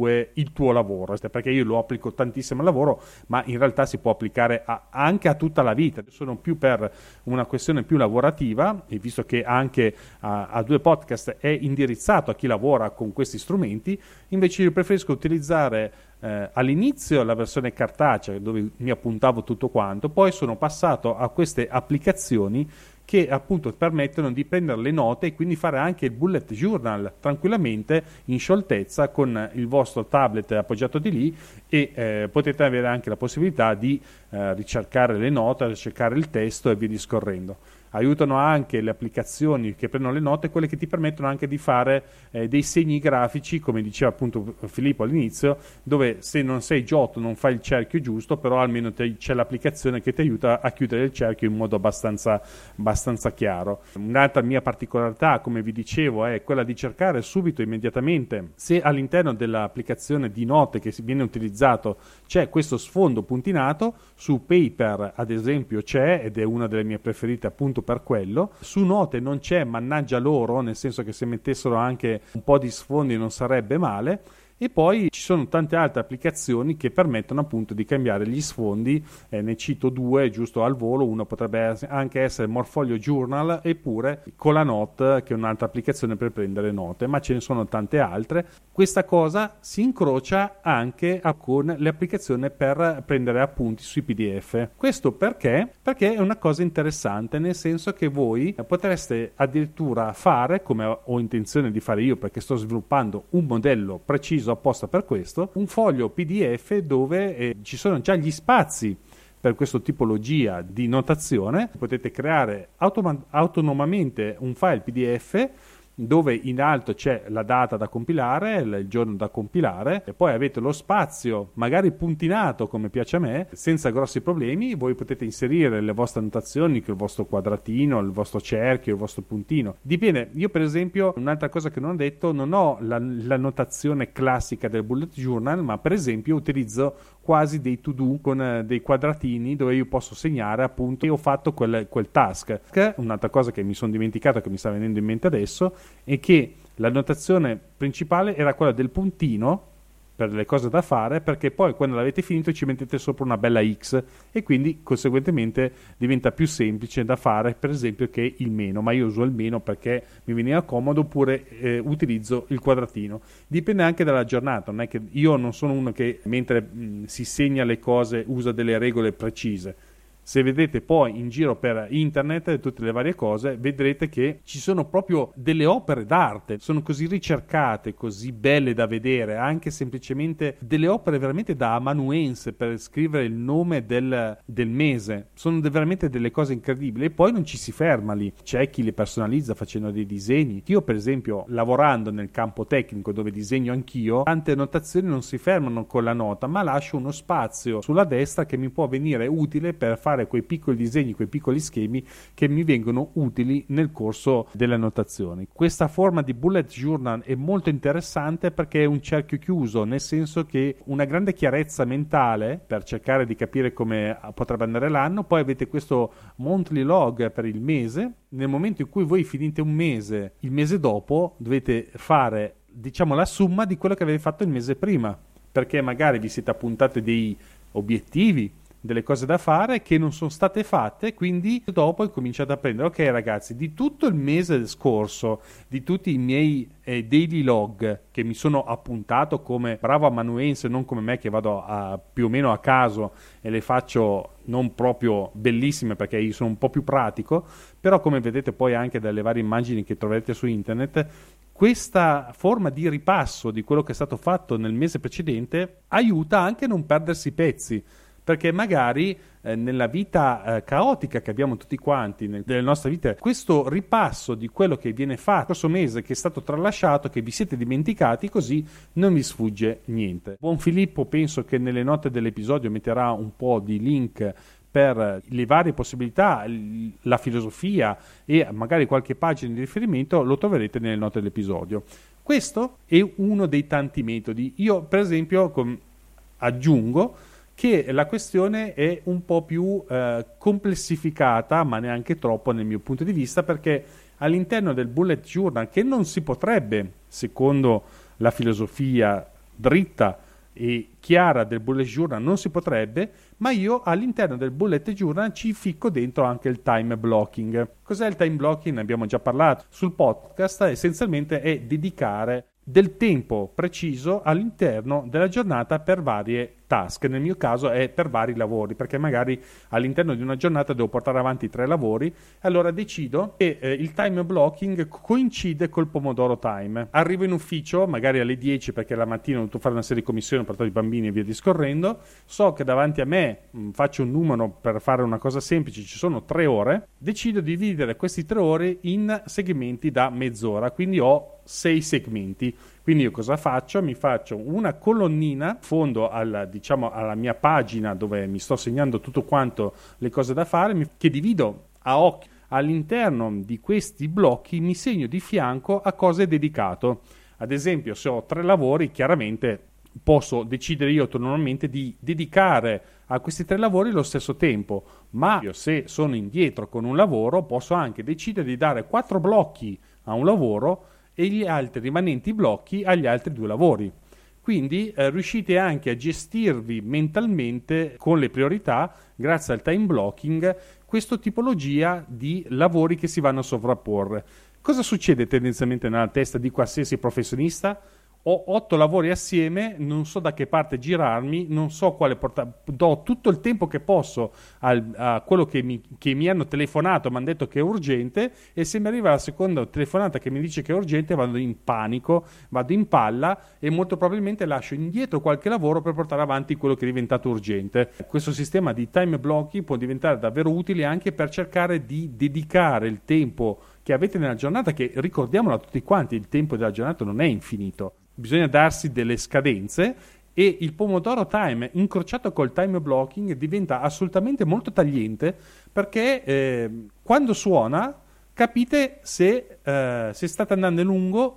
il tuo lavoro, perché io lo applico tantissimo al lavoro, ma in realtà si può applicare anche a tutta la vita. Sono più per una questione più lavorativa, e visto che anche a 2 podcast è indirizzato a chi lavora con questi strumenti, invece io preferisco utilizzare all'inizio la versione cartacea dove mi appuntavo tutto quanto, poi sono passato a queste applicazioni che appunto permettono di prendere le note e quindi fare anche il bullet journal tranquillamente in scioltezza con il vostro tablet appoggiato di lì, e potete avere anche la possibilità di ricercare le note, ricercare il testo e via discorrendo. Aiutano anche le applicazioni che prendono le note, quelle che ti permettono anche di fare dei segni grafici, come diceva appunto Filippo all'inizio, dove se non sei giotto non fai il cerchio giusto, però almeno c'è l'applicazione che ti aiuta a chiudere il cerchio in modo abbastanza chiaro. Un'altra mia particolarità, come vi dicevo, è quella di cercare subito, immediatamente, se all'interno dell'applicazione di note che viene utilizzato c'è questo sfondo puntinato. Su Paper ad esempio c'è, ed è una delle mie preferite appunto per quello. Su Note non c'è, mannaggia loro, nel senso che se mettessero anche un po' di sfondi non sarebbe male. E poi ci sono tante altre applicazioni che permettono appunto di cambiare gli sfondi, ne cito 2 giusto al volo. Uno potrebbe anche essere Morpholio Journal, eppure Colanote, che è un'altra applicazione per prendere note, ma ce ne sono tante altre. Questa cosa si incrocia anche con le applicazioni per prendere appunti sui PDF. Questo perché? Perché è una cosa interessante, nel senso che voi potreste addirittura fare, come ho intenzione di fare io perché sto sviluppando un modello preciso apposta per questo, un foglio PDF dove ci sono già gli spazi per questa tipologia di notazione. Potete creare autonomamente un file PDF dove in alto c'è la data da compilare, il giorno da compilare, e poi avete lo spazio magari puntinato come piace a me, senza grossi problemi. Voi potete inserire le vostre annotazioni, il vostro quadratino, il vostro cerchio, il vostro puntino, dipende. Io per esempio, un'altra cosa che non ho detto, non ho la notazione classica del bullet journal, ma per esempio utilizzo quasi dei to do con dei quadratini dove io posso segnare appunto che ho fatto quel task. Un'altra cosa che mi sono dimenticato, che mi sta venendo in mente adesso, è che la notazione principale era quella del puntino per le cose da fare, perché poi quando l'avete finito ci mettete sopra una bella X e quindi conseguentemente diventa più semplice da fare, per esempio, che il meno. Ma io uso il meno perché mi veniva comodo, oppure utilizzo il quadratino. Dipende anche dalla giornata, non è che io non sono uno che mentre si segna le cose usa delle regole precise. Se vedete poi in giro per internet tutte le varie cose, vedrete che ci sono proprio delle opere d'arte, sono così ricercate, così belle da vedere, anche semplicemente delle opere veramente da amanuense per scrivere il nome del mese. Sono veramente delle cose incredibili, e poi non ci si ferma lì, c'è chi le personalizza facendo dei disegni. Io per esempio, lavorando nel campo tecnico dove disegno anch'io, tante annotazioni non si fermano con la nota, ma lascio uno spazio sulla destra che mi può venire utile per fare quei piccoli disegni, quei piccoli schemi che mi vengono utili nel corso delle annotazioni. Questa forma di bullet journal è molto interessante perché è un cerchio chiuso, nel senso che una grande chiarezza mentale per cercare di capire come potrebbe andare l'anno. Poi avete questo monthly log per il mese. Nel momento in cui voi finite un mese, il mese dopo dovete fare, diciamo, la somma di quello che avete fatto il mese prima, perché magari vi siete appuntati dei obiettivi, delle cose da fare che non sono state fatte, quindi dopo cominciate a prendere, ok ragazzi, di tutto il mese scorso, di tutti i miei daily log che mi sono appuntato come bravo amanuense, non come me che vado più o meno a caso e le faccio non proprio bellissime perché io sono un po' più pratico, però come vedete poi anche dalle varie immagini che troverete su internet, questa forma di ripasso di quello che è stato fatto nel mese precedente aiuta anche a non perdersi i pezzi. Perché magari nella vita caotica che abbiamo tutti quanti, nelle nostre vite, questo ripasso di quello che viene fatto questo mese, che è stato tralasciato, che vi siete dimenticati, così non vi sfugge niente. Buon Filippo penso che nelle note dell'episodio metterà un po' di link per le varie possibilità, la filosofia e magari qualche pagina di riferimento, lo troverete nelle note dell'episodio. Questo è uno dei tanti metodi. Io per esempio aggiungo che la questione è un po' più complessificata, ma neanche troppo nel mio punto di vista, perché all'interno del bullet journal, che non si potrebbe, secondo la filosofia dritta e chiara del bullet journal, non si potrebbe, ma io all'interno del bullet journal ci ficco dentro anche il time blocking. Cos'è il time blocking? Ne abbiamo già parlato sul podcast. Essenzialmente è dedicare del tempo preciso all'interno della giornata per varie task. Nel mio caso è per vari lavori, perché magari all'interno di una giornata devo portare avanti 3 lavori, allora decido che il time blocking coincide col pomodoro time. Arrivo in ufficio magari alle 10 perché la mattina ho dovuto fare una serie di commissioni, ho portato i bambini e via discorrendo, so che davanti a me faccio un numero per fare una cosa semplice, ci sono 3 ore, decido di dividere questi 3 ore in segmenti da mezz'ora, quindi ho 6 segmenti. Quindi io cosa faccio? Mi faccio una colonnina fondo alla mia pagina dove mi sto segnando tutto quanto le cose da fare, che divido a occhio. All'interno di questi blocchi mi segno di fianco a cosa è dedicato. Ad esempio, se ho 3 lavori, chiaramente posso decidere io autonomamente di dedicare a questi 3 lavori lo stesso tempo, ma se sono indietro con un lavoro posso anche decidere di dare 4 blocchi a un lavoro e gli altri rimanenti blocchi agli altri 2 lavori. Quindi riuscite anche a gestirvi mentalmente con le priorità, grazie al time blocking, questa tipologia di lavori che si vanno a sovrapporre. Cosa succede tendenzialmente nella testa di qualsiasi professionista? Ho 8 lavori assieme, non so da che parte girarmi, non so quale do tutto il tempo che posso a quello che mi hanno telefonato, mi hanno detto che è urgente, e se mi arriva la seconda telefonata che mi dice che è urgente vado in panico, vado in palla e molto probabilmente lascio indietro qualche lavoro per portare avanti quello che è diventato urgente. Questo sistema di time blocking può diventare davvero utile anche per cercare di dedicare il tempo che avete nella giornata, che ricordiamolo a tutti quanti, il tempo della giornata non è infinito, bisogna darsi delle scadenze, e il Pomodoro Time incrociato col time blocking diventa assolutamente molto tagliente, perché quando suona capite se state andando lungo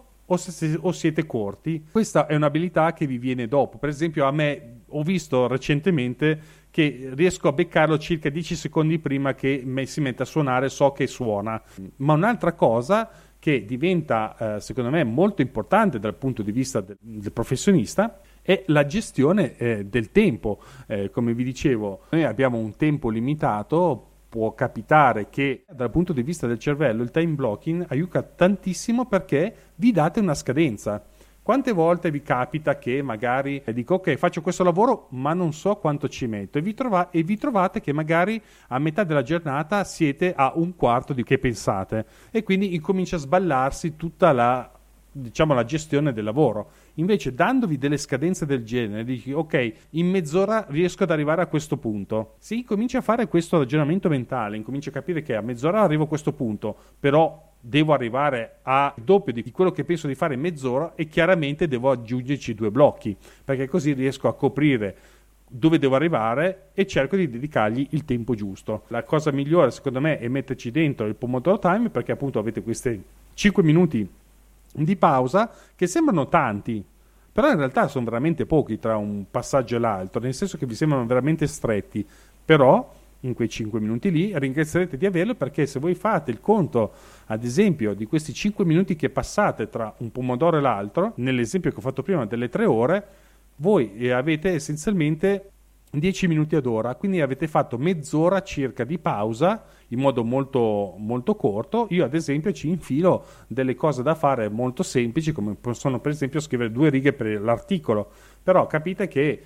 o siete corti. Questa è un'abilità che vi viene dopo. Per esempio, a me, ho visto recentemente che riesco a beccarlo circa 10 secondi prima che si metta a suonare, so che suona. Ma un'altra cosa che diventa secondo me molto importante dal punto di vista del professionista è la gestione del tempo. Come vi dicevo, noi abbiamo un tempo limitato. Può capitare che dal punto di vista del cervello il time blocking aiuta tantissimo, perché vi date una scadenza. Quante volte vi capita che magari dico ok, faccio questo lavoro ma non so quanto ci metto, e vi trovate che magari a metà della giornata siete a un quarto di che pensate, e quindi incomincia a sballarsi tutta la gestione del lavoro. Invece, dandovi delle scadenze del genere, dici ok, in mezz'ora riesco ad arrivare a questo punto. Se incominci a fare questo ragionamento mentale, incominci a capire che a mezz'ora arrivo a questo punto, però devo arrivare a doppio di quello che penso di fare in mezz'ora, e chiaramente devo aggiungerci 2 blocchi, perché così riesco a coprire dove devo arrivare e cerco di dedicargli il tempo giusto. La cosa migliore secondo me è metterci dentro il Pomodoro Time, perché appunto avete questi 5 minuti di pausa che sembrano tanti, però in realtà sono veramente pochi tra un passaggio e l'altro, nel senso che vi sembrano veramente stretti, però in quei 5 minuti lì ringrazierete di averlo, perché se voi fate il conto, ad esempio, di questi 5 minuti che passate tra un pomodoro e l'altro, nell'esempio che ho fatto prima delle 3 ore, voi avete essenzialmente 10 minuti ad ora, quindi avete fatto mezz'ora circa di pausa in modo molto, molto corto. Io ad esempio ci infilo delle cose da fare molto semplici, come sono per esempio scrivere 2 righe per l'articolo, però capite che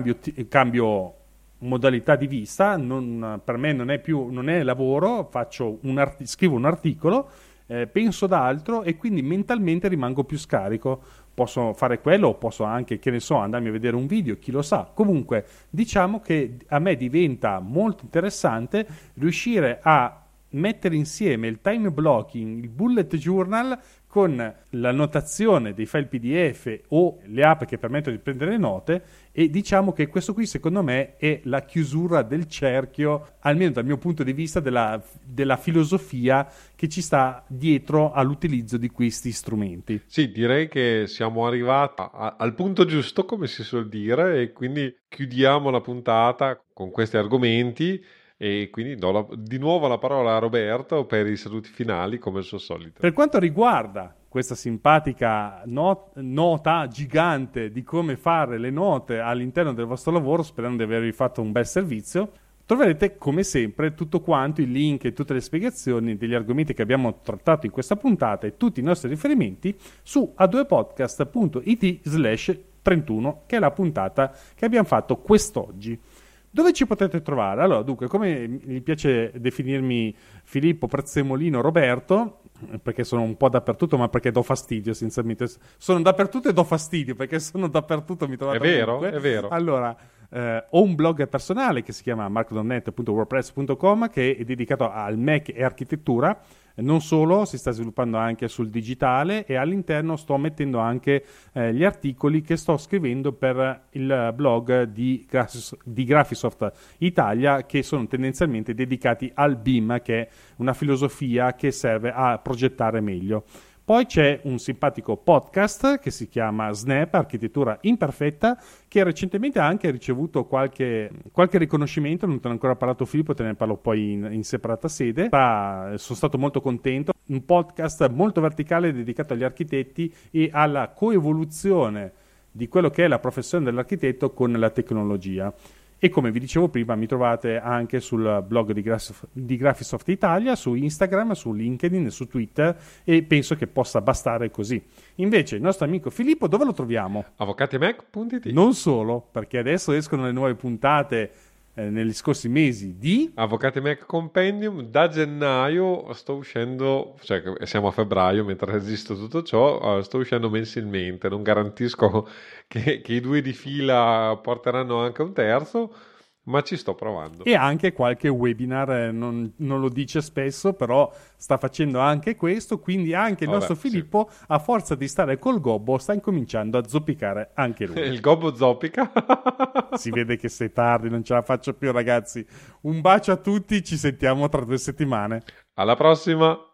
cambio modalità di vista, per me non è lavoro, scrivo un articolo, penso ad altro, e quindi mentalmente rimango più scarico. Posso fare quello, o posso anche, che ne so, andarmi a vedere un video, chi lo sa. Comunque, diciamo che a me diventa molto interessante riuscire a mettere insieme il time blocking, il bullet journal, con l'annotazione dei file PDF o le app che permettono di prendere le note, e diciamo che questo qui secondo me è la chiusura del cerchio, almeno dal mio punto di vista, della filosofia che ci sta dietro all'utilizzo di questi strumenti. Sì, direi che siamo arrivati al punto giusto, come si suol dire, e quindi chiudiamo la puntata con questi argomenti. E quindi do di nuovo la parola a Roberto per i saluti finali, come al suo solito. Per quanto riguarda questa simpatica nota gigante di come fare le note all'interno del vostro lavoro, sperando di avervi fatto un bel servizio, troverete come sempre tutto quanto, i link e tutte le spiegazioni degli argomenti che abbiamo trattato in questa puntata e tutti i nostri riferimenti su a2podcast.it/31, che è la puntata che abbiamo fatto quest'oggi. Dove ci potete trovare? Allora, dunque, come mi piace definirmi Filippo Prezzemolino Roberto, perché sono un po' dappertutto, ma perché do fastidio, essenzialmente. Sono dappertutto e do fastidio, perché sono dappertutto, mi trovate ovunque. È vero. Allora, ho un blog personale che si chiama marco.net.wordpress.com, che è dedicato al Mac e architettura. Non solo, si sta sviluppando anche sul digitale, e all'interno sto mettendo anche gli articoli che sto scrivendo per il blog di Graphisoft Italia, che sono tendenzialmente dedicati al BIM, che è una filosofia che serve a progettare meglio. Poi c'è un simpatico podcast che si chiama Snap, Architettura Imperfetta, che recentemente ha anche ricevuto qualche riconoscimento. Non te ne ho ancora parlato, Filippo, te ne parlo poi in separata sede. Sono stato molto contento. Un podcast molto verticale dedicato agli architetti e alla coevoluzione di quello che è la professione dell'architetto con la tecnologia. E come vi dicevo prima, mi trovate anche sul blog di Graphisoft Italia, su Instagram, su LinkedIn, su Twitter, e penso che possa bastare così. Invece il nostro amico Filippo dove lo troviamo? avvocatimac.it. Non solo, perché adesso escono le nuove puntate negli scorsi mesi di Avvocati Mac Compendium. Da gennaio sto uscendo, cioè siamo a febbraio mentre registro tutto ciò, sto uscendo mensilmente. Non garantisco che i 2 di fila porteranno anche un terzo, Ma ci sto provando. E anche qualche webinar, non lo dice spesso, però sta facendo anche questo, quindi anche il nostro Filippo, a forza di stare col gobbo, sta incominciando a zoppicare anche lui. Il gobbo zoppica. Si vede che sei tardi, non ce la faccio più, ragazzi. Un bacio a tutti, ci sentiamo tra 2 settimane. Alla prossima!